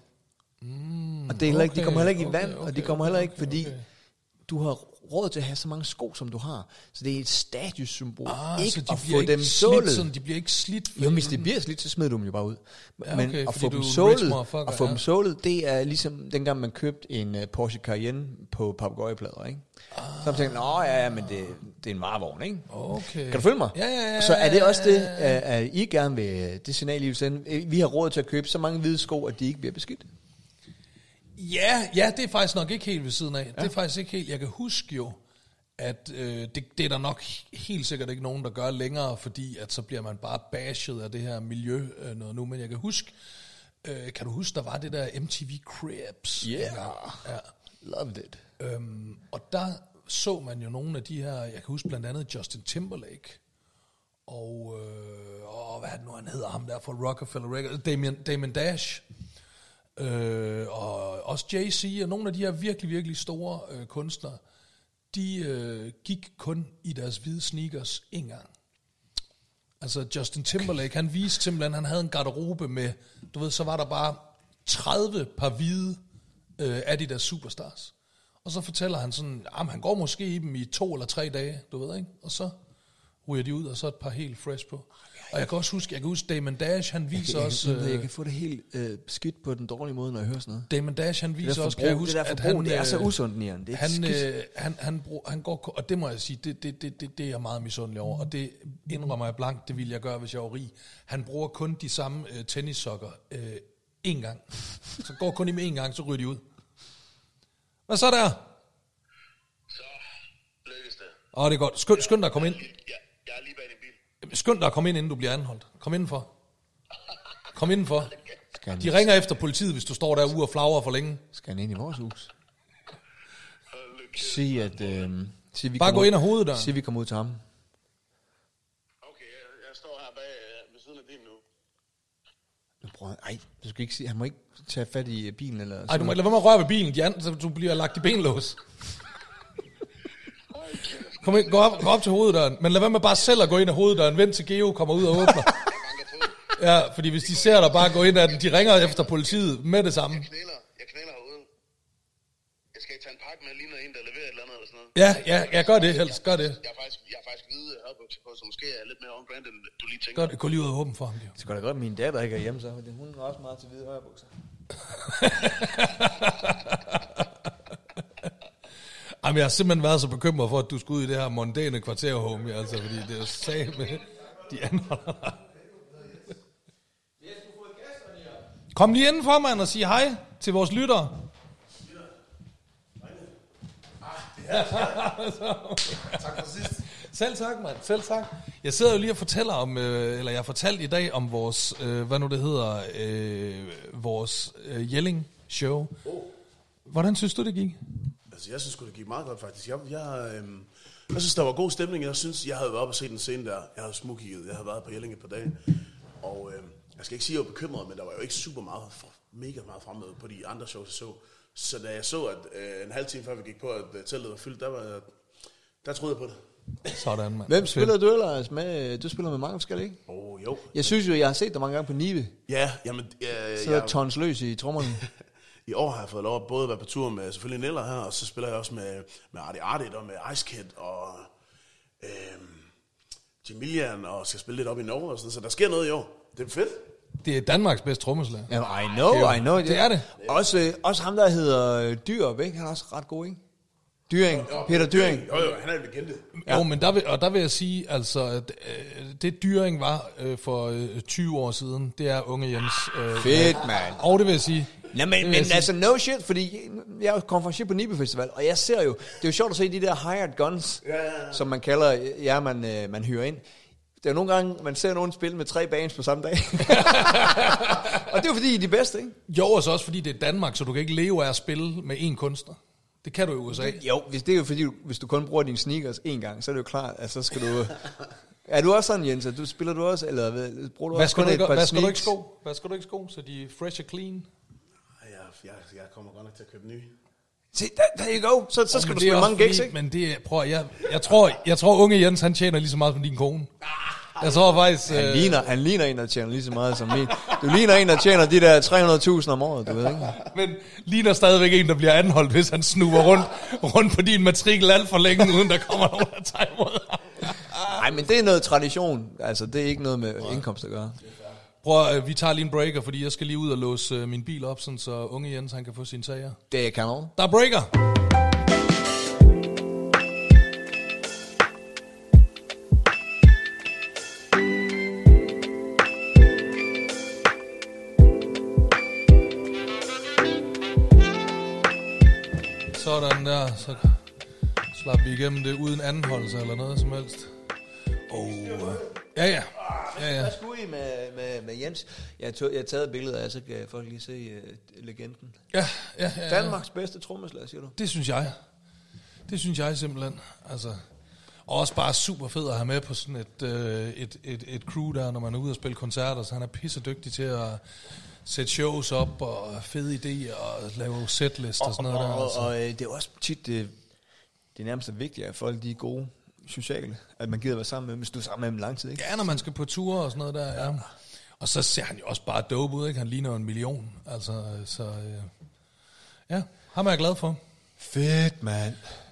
Mm, og det er heller ikke, okay, de kommer heller ikke okay, i vand, okay, og de kommer heller ikke, okay, fordi okay. du har råd til at have så mange sko, som du har. Så det er et statussymbol. Ah, ikke de at bliver få ikke dem slidt, sålet. sådan, de bliver ikke slidt. Jo, hvis det bliver slidt, så smider du dem jo bare ud. Ja, Men okay, at fordi få du dem er en sålet, rich motherfucker, at få ja. dem sålet, det er ligesom dengang man købte en uh, Porsche Cayenne på papegøjeplader, ikke? Ah. Så har man tænkt, nå ja, ja, men det, det er en varevogn, ikke? Okay. Kan du følge mig? Ja, ja, ja. Så er det også det, at, at I gerne vil, det signal, I vil sende, vi har råd til at købe så mange hvide sko, at de ikke bliver beskidt? Ja, ja, det er faktisk nok ikke helt ved siden af. Ja. Det er faktisk ikke helt. Jeg kan huske jo, at øh, det, det er der nok helt sikkert ikke nogen, der gør længere, fordi at så bliver man bare bashed af det her miljø øh, noget nu. Men jeg kan huske, øh, kan du huske, der var det der M T V Cribs? Yeah, ja. Loved it. Øhm, og der så man jo nogle af de her, jeg kan huske blandt andet Justin Timberlake, og øh, åh, hvad er det nu, han hedder ham der for Rockefeller Records, Damien, Damien Dash, øh, og også Jay-Z, og nogle af de her virkelig, virkelig store øh, kunstnere, de øh, gik kun i deres hvide sneakers en gang. Altså Justin Timberlake, han viste simpelthen, han havde en garderobe med, du ved, så var der bare tredive par hvide øh, Adidas Superstars. Og så fortæller han sådan, at han går måske i dem i to eller tre dage, du ved ikke, og så ryger de ud, og så et par helt fresh på. Og jeg kan også huske, jeg kan huske Damon Dash, han viser jeg, også... Jeg, jeg, jeg kan få det helt øh, skidt på den dårlige måde, når jeg hører sådan noget. Damon Dash, han viser det også, kan jeg huske, det der at forbrug, han... det er så øh, usundt, Nian. Det er han, skidt. øh, han, han, brug, han går... Og det må jeg sige, det, det, det, det, det er jeg meget misundelig over. Og det indrømmer jeg blankt, det ville jeg gøre, hvis jeg var rig. Han bruger kun de samme øh, tennissokker øh, én gang. Så går kun i med én gang, så ryger de ud. Hvad så der? Så lykkes det. Åh, det er godt. Skynd, skynd dig at komme ind. Ja, jeg er lige bag din bil. Skynd dig at komme ind, inden du bliver anholdt. Kom indenfor. Kom indenfor. Skal han, De ringer efter politiet, hvis du står der ude og flagrer for længe. skal han ind i vores hus? Sig, at... Øh, sig, vi Bare kommer gå ud- ind ad hoveddøren. Sig, vi kommer ud til ham. Okay, jeg, jeg står her bag øh, ved siden af din nu. Nu prøver han- Ej, du skal ikke sige... Han må ikke tage fat i bilen, eller... Ej, du må lade være med at røre ved bilen, de andre, så du bliver lagt i benlås. Kom ind, gå op, gå op til hoveddøren, men lad være med bare selv at gå ind ad hoveddøren, vent til Geo kommer ud og åbner. Jeg banker på. Ja, fordi hvis de ser dig bare gå ind ad den, de ringer efter politiet med det samme. Jeg knæler, jeg knæler herude. Jeg skal ikke tage en pakke med, lige når en, der leverer et eller andet eller sådan noget. Ja, ja, ja, gør det, helst, gør det. Jeg har faktisk, jeg har faktisk hvide hørbukser på, så måske er jeg lidt mere on-brand, end du lige tænker. Gør det, gå lige ud og åbne for ham, jo. Det skulle da godt, at min datter ikke er hjemme, så. Fordi hun er også meget til hvide højrebukser. Jamen, jeg har simpelthen været så bekymret for, at du skulle ud i det her mondæne kvarterhome, altså, fordi det er jo sag med de andre. Kom lige indenfor, mand, og sig hej til vores lyttere. Tak for sidst. Selv tak, mand. Selv tak. Jeg sidder jo lige og fortæller om, øh, eller jeg har fortalt i dag om vores, øh, hvad nu det hedder, øh, vores øh, Jelling-show. Hvordan synes du, det gik? Altså, jeg synes sgu, det gik meget godt, faktisk. Jeg, jeg, øhm, jeg synes, der var god stemning. Jeg synes, jeg havde været oppe og set den scene der. Jeg havde smugkigget. Jeg havde været på Jelling et par dage. Og øhm, jeg skal ikke sige, at jeg var bekymret, men der var jo ikke super meget, mega meget fremmøde på de andre shows, jeg så. Så da jeg så, at øh, en halv time før vi gik på, at uh, teltet var fyldt, der, var, der troede jeg på det. Sådan, mand. Hvem spiller du ellers med? Du spiller med mange forskellige, ikke? Åh, oh, jo. Jeg synes jo, jeg har set dig mange gange på Nive. Ja, jamen... Øh, Så er der tons løs i trommerne. I år har jeg fået lov at både være på tur med selvfølgelig Neller her, og så spiller jeg også med, med Artie Artit og med Ice Kid og øh, Jamilian, og skal spille lidt op i Norge og sådan, så der sker noget i år. Det er fedt. Det er Danmarks bedste trommeslager. Ja, I know, I know. Det er det. Også, øh, også ham, der hedder Dyrup, ikke? Han er også ret god, ikke? Dyring, Peter Dyring. Jo, jo, han er en legende. Ja. Jo, men der vil, og der vil jeg sige, altså, at, øh, det Dyring var øh, for øh, tyve år siden, det er unge Jens. Øh, Fedt, mand. Og det vil jeg sige. Nej, men, vil men jeg sige. altså no shit, fordi jeg er jo konferencier på Nibe Festival, og jeg ser jo, det er jo sjovt at se de der hired guns, Ja, ja, ja. som man kalder, ja, man, øh, man hyrer ind. Det er jo nogle gange, man ser nogen spille med tre bands på samme dag. Og det er jo fordi, I er de bedste, ikke? Jo, og så også fordi det er Danmark, så du kan ikke leve af at spille med én kunstner. Det kan du i U S A. Jo, hvis det er jo fordi, du, hvis du kun bruger dine sneakers én gang, så er det jo klart, at så skal du... Er du også sådan, Jens? At du spiller du også, eller hvad, bruger du Hvad også skal, kun du et ikke, par hvad skal du ikke sneaks? sko? Hvad skal du ikke sko, så de er fresh og clean? Jeg, jeg, jeg kommer godt nok til at købe nye. Se, der, there you go. Så, så skal Men du det er spille også mange gigs, fordi- ikke? Men det er, prøv at- jeg, jeg, tror, jeg tror, unge Jens, han tjener lige så meget som din kone. Jeg tror faktisk... Han øh, ligner, han ligner en, der tjener lige så meget som min. Du ligner en, der tjener de der tre hundrede tusind om året, du ved ikke? Men ligner stadigvæk en, der bliver anholdt, hvis han snuber rundt, rundt på din matrikel alt for længe, uden der kommer nogen, der tager imod ham. Nej, men det er noget tradition. Altså, det er ikke noget med indkomst at gøre. Prøv at, vi tager lige en breaker, fordi jeg skal lige ud og låse øh, min bil op, sådan, så unge Jens han kan få sine sager. Det er kanon. Der er breaker! Sådan der, så slap vi igennem det uden anholdelse eller noget som helst. Oh. Ja, ja. Ja, ja. Hvad skulle I med, med, med Jens? Jeg, tog, jeg har taget billeder af, så kan folk lige se uh, legenden. Ja, ja, ja, ja. Danmarks bedste trommeslager, siger du? Det synes jeg. Det synes jeg simpelthen. Altså, og også bare super fed at have med på sådan et, øh, et, et, et crew der, når man er ude og spille koncerter. Så han er pissedygtig til at sætte shows op og fede idéer og lave setlist og, og sådan noget og, der. Altså. Og, og øh, det er også tit, det, det er nærmest vigtigt, at folk de er gode sociale. At man gider være sammen med dem, hvis du er sammen med dem lang tid, ikke? Ja, når man skal på ture og sådan noget der, ja. Og så ser han jo også bare dope ud, ikke? Han ligner en million. Altså, så øh, ja, ham er jeg glad for. Fedt, mand.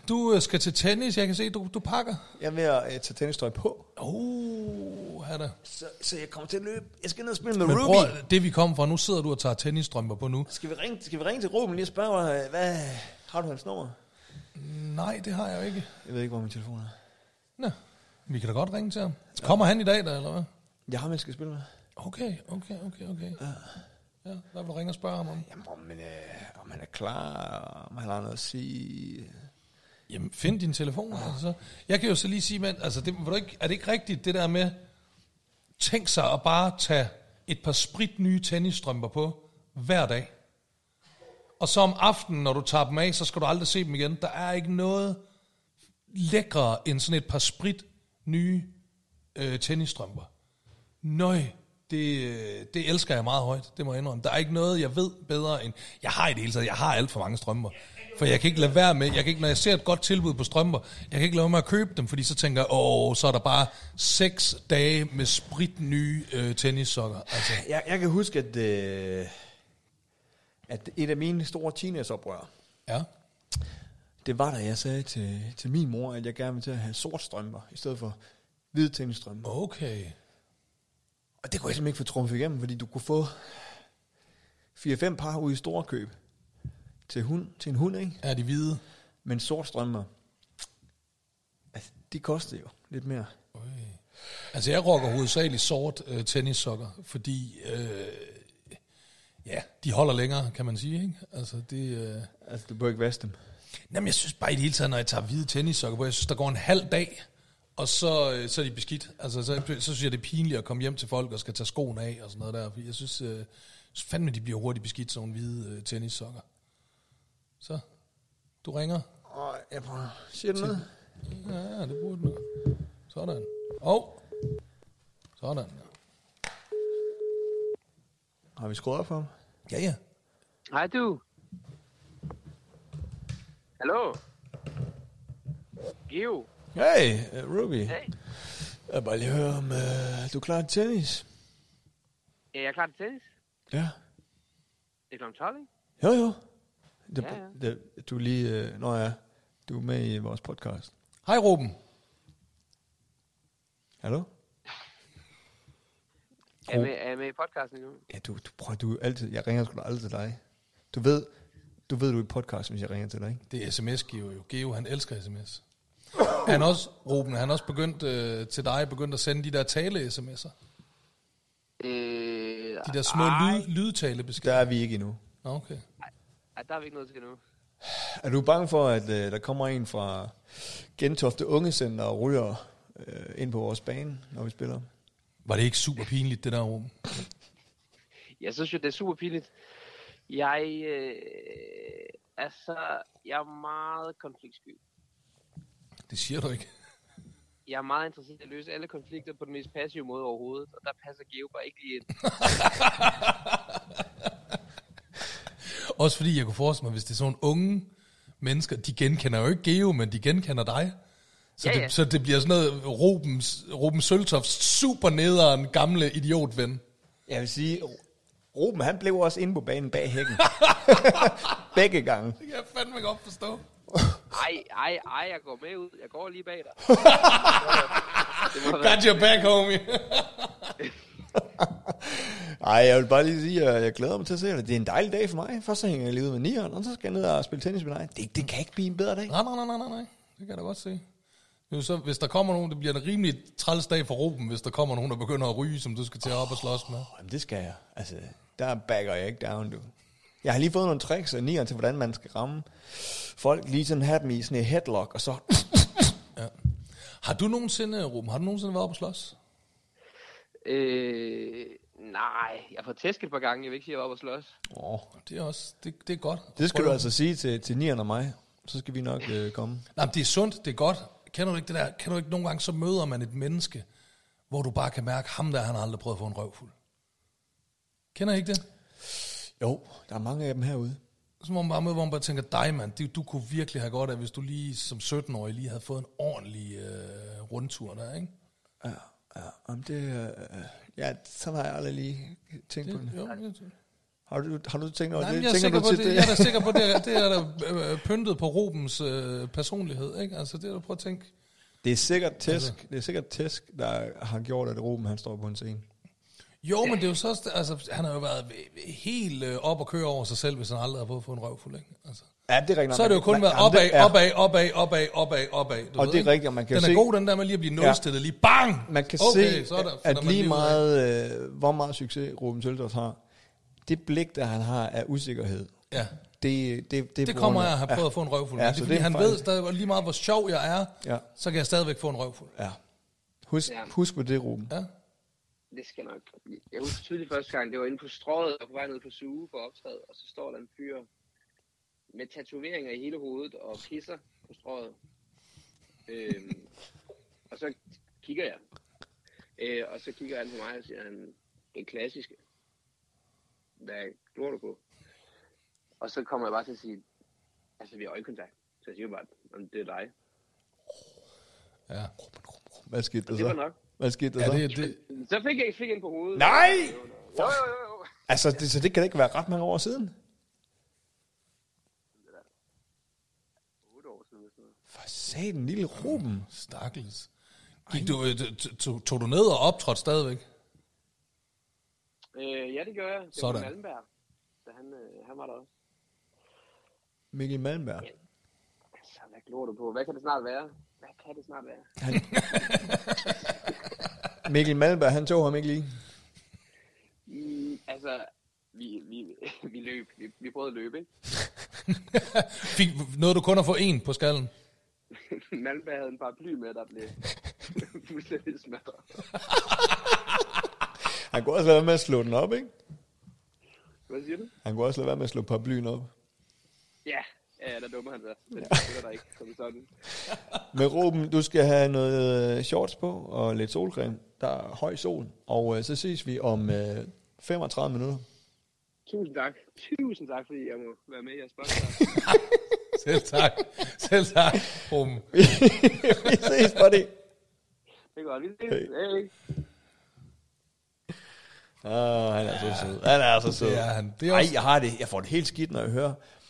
du skal til tennis. Jeg kan se, du, du pakker. Jeg er ved at uh, tage tennisstøj på. Oh, her der. Så, så jeg kommer til at løbe. Jeg skal ned og spille med Men Ruby. bror, det vi kom fra, nu sidder du og tager tennisstrømper på nu. Skal vi ringe, skal vi ringe til Ruben lige og spørge, hvad har du hans nummer? Nej, det har jeg jo ikke. Jeg ved ikke, hvor min telefon er. Nå, vi kan da godt ringe til ham. Kommer han i dag, da, eller hvad? Jeg har, man skal spille med. Okay, okay, okay, okay. Ja. Ja, der vil du ringe og spørge ham om. Jamen, om, men, øh, om han er klar, om han har noget at sige. Jamen, find din telefon. Altså. Jeg kan jo så lige sige, men, altså, det, du ikke, er det ikke rigtigt, det der med, tænk sig at bare tage et par sprit nye tennisstrømper på hver dag. Og så om aftenen, når du tager dem af, så skal du aldrig se dem igen. Der er ikke noget lækrere end sådan et par sprit nye øh, tennisstrømper. Nøj, det, det elsker jeg meget højt, det må jeg indrømme. Der er ikke noget, jeg ved bedre end... Jeg har i det hele taget, jeg har alt for mange strømper. For jeg kan ikke lade være med, jeg kan ikke, når jeg ser et godt tilbud på strømper, jeg kan ikke lade være med at købe dem, fordi så tænker jeg, åh, så er der bare seks dage med sprit nye øh, tennissokker. Altså. Jeg, jeg kan huske, at, øh, at et af mine store teenageoprør, Ja. det var, da jeg sagde til, til min mor, at jeg gerne ville til at have sort strømper, i stedet for hvide tennisstrømper. Okay. Og det kunne jeg simpelthen ikke få trumfet igennem, fordi du kunne få fire fem par ude i store køb til, hund, til en hund, ikke? Er de hvide? Men sort strømper, altså, de koster jo lidt mere. Øj. Altså jeg rocker hovedsageligt sort øh, tennissokker, fordi øh, ja, de holder længere, kan man sige, ikke? Altså det... Øh... Altså, du bør ikke vaske dem. Jamen jeg synes bare i det hele taget, når jeg tager hvide tennissokker på, jeg synes der går en halv dag, og så, øh, så er de beskidt. Altså så, så synes jeg det er pinligt at komme hjem til folk og skal tage skoene af og sådan noget der, fordi jeg synes, øh, fandme de bliver hurtigt beskidt, sådan nogle hvide øh, tennissokker. Så, du ringer. Og jeg prøver, siger du noget? Ja, ja, det burde du. Sådan. Og sådan. Har vi skruet op for ham? Ja, ja. Hej du. Hallo? Geo. Hey, uh, Ruby. Hey. Jeg vil bare lige høre, om uh, du er klar til tennis? Ja, jeg er klar til tennis. Ja. Det er klokken tolv, ikke? Jo, jo. Det, Ja, ja. Det, du er lige, uh, når jeg du er med i vores podcast. Hej Ruben. Hallo? Er jeg med, er jeg med i podcasten nu? Ja, du, du prøver du er altid, jeg ringer sgu da aldrig til dig. Du ved, du ved, du er i podcast, hvis jeg ringer til dig, ikke? Det er sms-Geo jo. Geo, han elsker sms. Han også, Ruben, han også begyndt øh, til dig, begyndt at sende de der tale-sms'er. Øh, De der små lyd, lydtalebeskeder. Der er vi ikke endnu. Nå, okay. Ej, der er vi ikke noget til nu. Er du bange for, at uh, der kommer en fra Gentofte Ungecenter og ryger uh, ind på vores bane, når vi spiller? Var det ikke super pinligt, det der, Ruben? Jeg synes jo, det er super pinligt. Jeg, øh, altså, jeg er meget konfliktsky. Det siger du ikke. Jeg er meget interesseret i at løse alle konflikter på den mest passive måde overhovedet, og der passer Geo bare ikke lige ind. Også fordi jeg kunne forestille mig, hvis det er sådan unge mennesker, de genkender jo ikke Geo, men de genkender dig. Så, Ja, det, ja. så det bliver sådan noget Rubens, Ruben Søltofts super nederen gamle idiotven. Jeg vil sige, Ruben, han blev også inde på banen bag hækken. Begge gange. Det kan jeg fandme godt forstå. Ej, ej, ej, jeg går med ud. Jeg går lige bag dig. Det må Got your back, homie. Ej, jeg vil bare lige sige, at jeg glæder mig til at se det. Det er en dejlig dag for mig. Først så hænger jeg lige ud med nieren, og så skal jeg ned og spille tennis med dig. Det, det kan ikke blive en bedre dag. Nej, nej, nej, nej, nej. Det kan jeg da godt se. Jo, så, hvis der kommer nogen, det bliver en rimelig træls dag for Ruben, hvis der kommer nogen, der begynder at ryge, som du skal til at op og slås med. Jamen, det skal jeg. Altså, der backer jeg ikke down, du. Jeg har lige fået nogle tricks af nieren til, hvordan man skal ramme folk. Lige sådan have dem i sådan et headlock, og så... Ja. Har du nogensinde, Ruben, har du nogensinde været op og slås? Øh, nej, jeg har fået tæsket et par gange. Jeg vil ikke sige, at jeg var oppe og slås. Åh, Det er også, det, det er godt. det skal Prøv du at- altså sige til, til nieren og mig. Så skal vi nok øh, komme. Nej, men det er sundt, det er godt. Kender du ikke det der? Kan du ikke nogle gange, så møder man et menneske, hvor du bare kan mærke, ham der, han har aldrig prøvet at få en røvfuld. Kender I ikke det? Jo, der er mange af dem herude. Så må man bare møde, hvor man bare tænker, dig mand, du, du kunne virkelig have godt af, hvis du lige som sytten-årig lige havde fået en ordentlig øh, rundtur der, ikke? Ja, ja. Om det... Øh, ja, sådan har jeg aldrig lige tænkt på det. Jo, det, Har du, har du tænkt over Nej, det? jeg er, Tænker sikker du på, til det, jeg er da sikker på, det er, det er der øh, pyntet på Rubens øh, personlighed, ikke? Altså, det er der, prøv at tænke. Det er sikkert Tæsk, altså. det er sikkert Tæsk, der har gjort, at Ruben han står på en scene. Jo, men det er jo så også, altså, han har jo været helt øh, op og køre over sig selv, hvis han aldrig har fået en røvfuld, ikke? Altså. Ja, det er rigtigt. Så har det jo kun man, været opad, opad, opad, opad, opad, opad. Og det er rigtigt, og man kan den se... Den er god, den der med lige at blive nulstillet, ja. Lige bang! Man kan okay, se, så der, at lige lige meget, øh, hvor meget succes Ruben Søltoft har, det blik, der han har af usikkerhed, ja. det, det, det, det kommer jeg at have prøvet ja. at få en røvfuld. Ja, det er, fordi det er han faktisk... ved stadig lige meget, hvor sjov jeg er, ja. så kan jeg stadigvæk få en røvfuld. Ja. Husk, ja. husk på det, Ruben. Ja. Det skal nok. Jeg husker tydeligt første gang, det var inde på Strøget, og på vej ned på Suge for optræde, og så står der en fyr med tatoveringer i hele hovedet og pisser på Strøget. Øhm, og så kigger jeg. Øh, og så kigger han på mig og siger, han, den klassiske. Hvad glor du på? Og så kommer jeg bare til at sige, altså vi har øjekontakt. Så jeg siger bare, om det er dig. Ja. Hvad skete der så? Det var nok. Hvad skete der ja, så? Det, det... Så fik jeg fik ind på hovedet. Nej! Jo, jo, jo, jo. Altså, det, så det kan da ikke være ret mange år siden? otte år siden. For satan, lille Ruben. Stakkels. Gik du, tog, tog du ned og optrådte stadigvæk? Øh, ja, det gør jeg. Det Sådan. var Malmberg. Så han, øh, han var der også. Mikkel Malmberg. Ja. Altså, hvad glor du på? Hvad kan det snart være? Hvad kan det snart være? Han... Mikkel Malmberg, han tog ham ikke lige. Mm, altså, vi, vi, vi løb. Vi, vi prøvede at løbe, ikke? Fik, nåede du kun at få en på skallen? Malmberg havde en paraply med, der blev fuldstændig smadret. Han kunne også lade være med at slå den op, ikke? Hvad siger du? Han kunne også lade være med at slå paraplyen op. Ja, ja, der dummer han sig. Men det er der ikke, som sådan. Men Ruben, du skal have noget shorts på og lidt solcreme. Der er høj sol, og øh, så ses vi om øh, femogtredive minutter. Tusind tak. Tusind tak, fordi jeg må være med i jeres podcast. Selv tak. Selv tak, Ruben. Vi ses, buddy. Det er godt. Vi ses. Hey. Hey. Åh, han er så sød. Han er så sød. Det er han. Det er også... Ej, jeg har det. Jeg får det helt skidt, når jeg hører...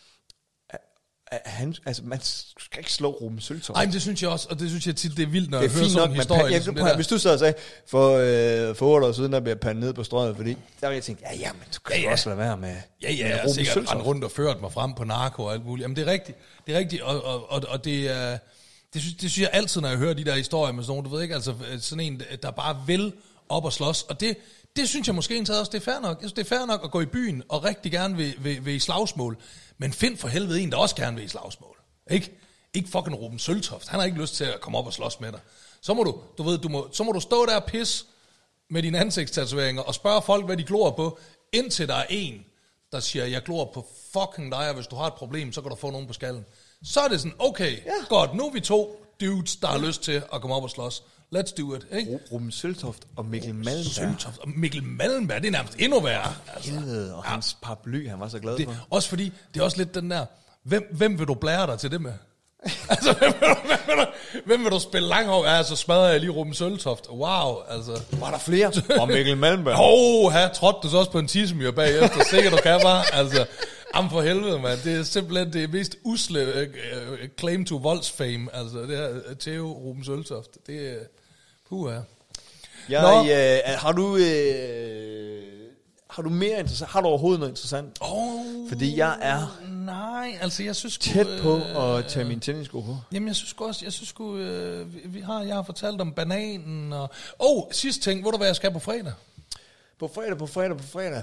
Han, altså, man skal ikke slå Ruben Søltoft. Ej, men det synes jeg også, og det synes jeg tit, det er vildt, når det er jeg hører sådan en historie. Jeg, ligesom jeg, hvis du så sagde, for, øh, for otte år siden, der blev jeg pandet ned på Strøget, fordi der ville jeg tænke, ja, ja, men du kan ja, ja. også lade være med Ja, ja, jeg har sikkert rendt rundt og ført mig frem på narko og alt muligt. Jamen, det er rigtigt. Det er rigtigt, og, og, og, og det er... Det synes, det synes jeg altid, når jeg hører de der historier med sådan nogen, du ved ikke, altså sådan en, der bare vil op og slås, og det... Det synes jeg måske egentlig også, det er fair nok. Jeg synes, det er fair nok at gå i byen og rigtig gerne vil, vil, vil i slagsmål. Men find for helvede en, der også gerne vil i slagsmål. Ikke? Ikke fucking Ruben Søltoft. Han har ikke lyst til at komme op og slås med dig. Så må du, du ved, du må, så må du stå der og pisse med dine ansigtstatoveringer og spørge folk, hvad de glor på, indtil der er en, der siger, jeg glor på fucking dig, og hvis du har et problem, så kan du få nogen på skallen. Så er det sådan, okay, ja. Godt, nu er vi to dudes, der har lyst til at komme op og slås. Let's do it, ikke? Ruben Søltoft og Mikkel Malmberg. Søltoft og Mikkel Malmberg, det er nærmest endnu værre. Altså. Helvede, og ja. Hans paraply, han var så glad det, for. Også fordi, det er også lidt den der, hvem, hvem vil du blære dig til det med? altså, hvem vil, du, hvem, vil du, hvem vil du spille lang over? Ja, så smadrer jeg lige Ruben Søltoft. Wow, altså. Var der flere? Og Mikkel Malmberg. Åh, oh, her trådte du så også på en tissemyr bagefter. Sikkert du kan bare, altså. Am for helvede, mand. Det er simpelthen det mest usle uh, claim to voldsfame. Altså, det her Theo Ruben Søltoft. Det er... Puha. Jeg, øh, har du øh, har du mere interessant? Har du overhovedet noget interessant? Oh, Fordi jeg er nej, altså jeg synes tæt øh, på at tage min tennissko på. Jamen jeg synes også, jeg synes sgu, øh, vi, vi har jeg har fortalt om bananen og oh, sidste ting, hvor du hvad jeg skal på fredag? På fredag, på fredag, på fredag.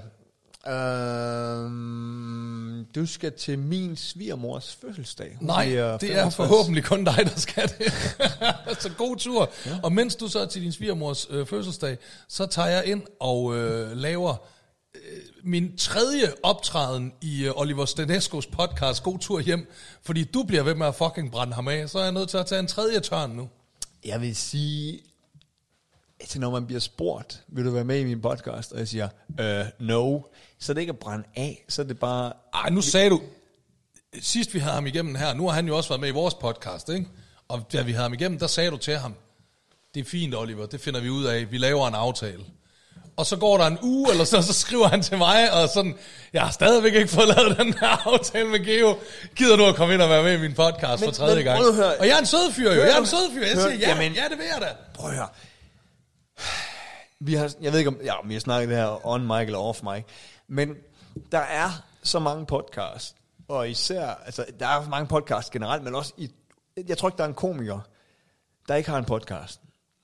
Øhm, du skal til min svigermors fødselsdag. Hun Nej, er det er forhåbentlig kun dig, der skal det. Så god tur. Ja. Og mens du så er til din svigermors øh, fødselsdag, så tager jeg ind og øh, laver øh, min tredje optræden i øh, Oliver Stenescos podcast, God Tur Hjem. Fordi du bliver ved med at fucking brænde ham af, så er jeg nødt til at tage en tredje tørn nu. Jeg vil sige... Altså, når man bliver spurgt, vil du være med i min podcast, og jeg siger, øh, no, så er det ikke at brænde af, så er det bare... Ej, nu sagde du, sidst vi havde ham igennem her, nu har han jo også været med i vores podcast, ikke? Og da vi havde ham igennem, der sagde du til ham, det er fint, Oliver, det finder vi ud af, vi laver en aftale. Og så går der en uge, eller så, så skriver han til mig, og sådan, jeg har stadigvæk ikke fået lavet den her aftale med Geo. Gider du at komme ind og være med i min podcast men, for tredje men, gang? Og jeg er en sød fyr, jo. Jeg er en sød fyr. Jeg siger, ja, jamen, ja, det vil jeg da. Prøv at høre. Vi har, jeg ved ikke, om, ja, om vi har snakket det her on mic eller off mic, men der er så mange podcasts, og især, altså, der er mange podcasts generelt, men også, i, jeg tror ikke, der er en komiker, der ikke har en podcast.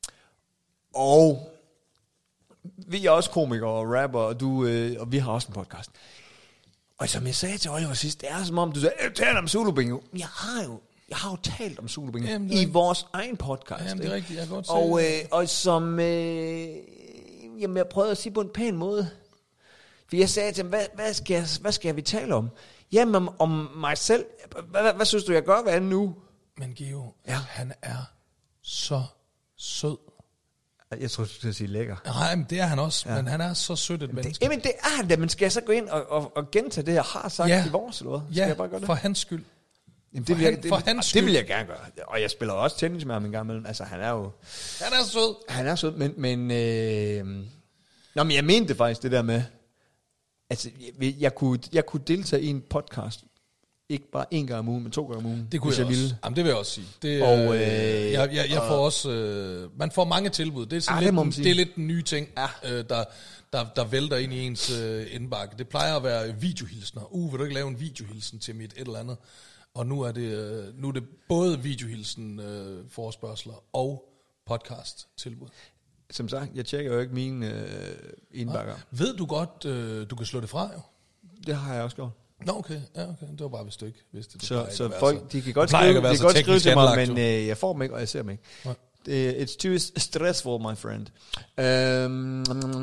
Og vi er også komikere og rapper, og, du, øh, og vi har også en podcast. Og som jeg sagde til Oliver sidst, det er som om, du sagde, jeg taler om Zulu Bingo. Jeg har jo, jeg har jo talt om Zulu Bingo jamen, i vores egen podcast. Jamen, det er rigtigt, jeg kan godt se og, øh, og som, øh, jamen, jeg prøvede at sige på en pæn måde. For jeg sagde til ham, hvad, hvad, skal, jeg, hvad skal vi tale om? Jamen, om, om mig selv. Hvad, hvad, hvad synes du, jeg gør hvad nu? Men Geo, ja. Han er så sød. Jeg tror, du skulle sige lækker. Nej, men det er han også, ja. Men han er så sødt et menneske. Jamen det er han da, men skal jeg så gå ind og, og, og gentage det, jeg har sagt ja. i vores, eller hvad? Skal ja, jeg bare gøre det? For hans skyld. Jamen, det, vil han, jeg, det, for hans skyld. Det vil jeg gerne gøre. Og jeg spiller også tennis med ham en gang imellem. Altså, han er jo... Han er sød. Han er sød, men... men øh... Nå, men jeg mente faktisk det der med... Altså, jeg, jeg, kunne, jeg kunne deltage i en podcast... Ikke bare en gang om ugen, men to gange om ugen. Det kunne jeg, jeg også. Ville. Jamen, det vil jeg også sige. Det, og, øh, jeg, jeg, jeg får også... Øh, man får mange tilbud. Det er, sådan ah, lidt, det, det er lidt en ny ting, ja. øh, der, der, der vælter ind i ens øh, indbakke. Det plejer at være videohilsener. Uh, vil du ikke lave en videohilsen til mit et eller andet? Og nu er det, øh, nu er det både videohilsen øh, forespørgsler og podcast tilbud. Som sagt, jeg tjekker jo ikke mine øh, indbakker. Ja. Ved du godt, øh, du kan slå det fra jo? Det har jeg også gjort. Nå, okay. Ja, okay. Det var bare, hvis du ikke vidste det. Så, så folk, så, de kan godt skrive, de kan godt skrive til mig, men øh, jeg får dem ikke, og jeg ser dem ikke. Ja. Det, it's too stressful, my friend. Um,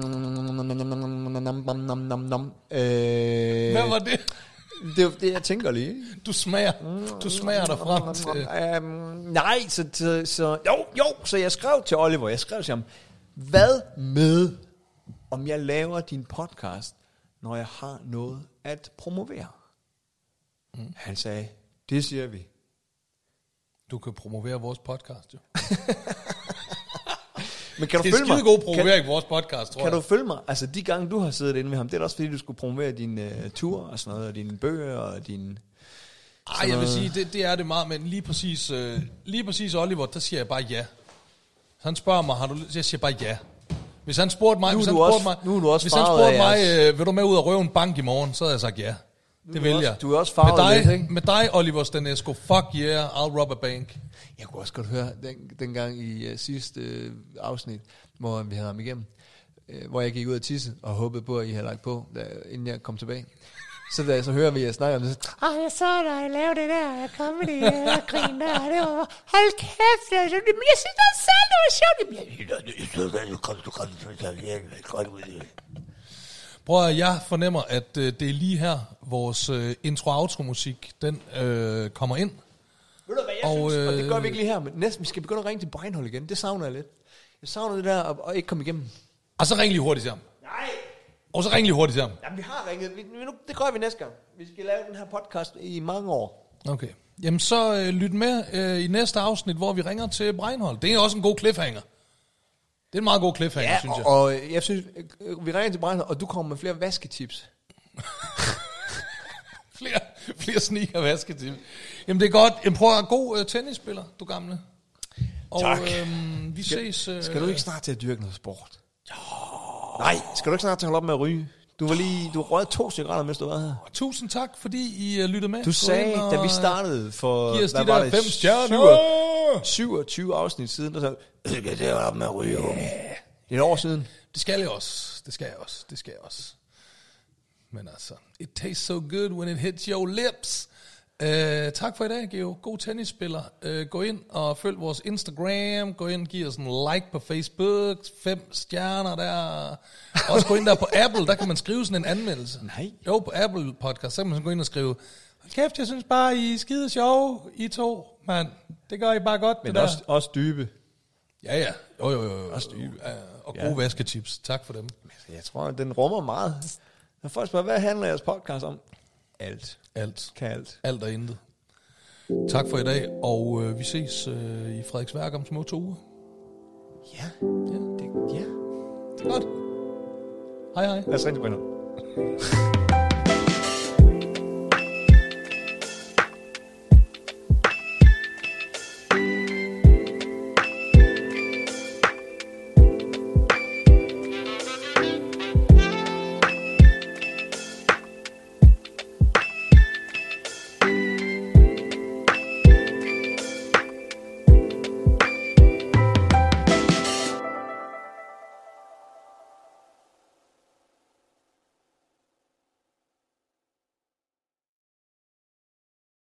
øh, Hvad var det? Det er det, jeg tænker lige. Du smager, du smager dig frem til... Um, nej, så, så, så... Jo, jo, så jeg skrev til Oliver, jeg skrev til ham, hvad med, om jeg laver din podcast, når jeg har noget at promovere? Mm. Han sagde, det siger vi. Du kan promovere vores podcast, jo. Men kan du det er følge mig? skidegod promovering i vores podcast, tror Kan jeg. du følge mig? Altså, de gange, du har siddet inde med ham, det er også fordi, du skulle promovere dine uh, ture og sådan noget, og dine bøger og dine... Ej, jeg vil sige, det, det er det meget, men lige præcis, uh, lige præcis Oliver, der siger jeg bare ja. Så han spørger mig, har du... Jeg siger bare ja. Hvis han spurgte mig, hvis han spurgte mig, nu er du også hvis han spurgte mig, øh, vil du med ud og røve en bank i morgen, så havde jeg sagt ja. Det vil jeg. Du er også farvet med dig, lidt, ikke? Med dig, Oliver Stanesco, fuck yeah, I'll rob a bank. Jeg kunne også godt høre den, dengang i uh, sidste uh, afsnit, hvor vi havde ham igennem, uh, hvor jeg gik ud og tisse og håbede på, at I havde lagt på, da, inden jeg kom tilbage. Så da jeg så hører vi, at jeg snakker om det, så, ah, jeg så dig lave det der comedy-grin der, det var, hold kæft, jeg synes, jeg synes, det er sandt, det var sjovt. Prøv at jeg fornemmer, at øh, det er lige her, vores øh, intro-outro-musik, den øh, kommer ind. Ved du hvad, jeg og, synes, øh, og det gør vi ikke lige her, men næsten, vi skal begynde at ringe til Breinholt igen, det savner jeg lidt. Jeg savner det der, og, og ikke komme igennem. Og så ring lige hurtigt til ham. Nej. Og så ring lige hurtigt til ham. Jamen, vi har ringet. Vi, nu, det gør vi næste gang. Vi skal lave den her podcast i mange år. Okay. Jamen, så øh, lyt med øh, i næste afsnit, hvor vi ringer til Breinholt. Det er også en god cliffhanger. Det er en meget god cliffhanger, ja, synes jeg. Og, og jeg synes, vi ringer til Breinholt, og du kommer med flere vasketips. flere, flere sneaker vasketips. Jamen, det er godt. Jamen, prøv at god uh, tennisspiller, du gamle. Og, tak. Øhm, vi skal, ses... Uh, skal du ikke snart til at dyrke noget sport? Jo. Nej, skal du ikke snart til at holde op med at ryge? Du var lige, du røget to cigaretter, mens du var her. Tusind tak, fordi I uh, lyttede med. Du sagde, da vi startede for... Giv os de der fem stjerner. syvogtyve afsnit siden, der sagde, skal det holde op med at ryge? Yeah. Det er et år siden. Det skal jeg også. Det skal jeg også. Det skal jeg også. Men altså, it tastes so good when it hits your lips. Uh, tak for i dag, Geo. God tennisspiller. Uh, gå ind og følg vores Instagram. Gå ind og giv os en like på Facebook. Fem stjerner der. Også gå ind der på Apple. Der kan man skrive sådan en anmeldelse. Nej. Jo, på Apple Podcast. Så kan man gå ind og skrive, hold kæft, jeg synes bare, I er skide sjove, I to. Man, det gør I bare godt. Men det også, der. også dybe. Ja, ja. Jo, jo, jo. Også dybe. Ja, og gode ja. vasketips. Tak for dem. Jeg tror, den rummer meget. Når folk spørger, hvad handler jeres podcast om? Alt. Alt. Kan alt. Alt og intet. Tak for i dag, og øh, vi ses øh, i Frederiksværk om små to uger. Ja. Ja. Det, ja. Det er godt. Hej hej. Lad os ringe til Brian.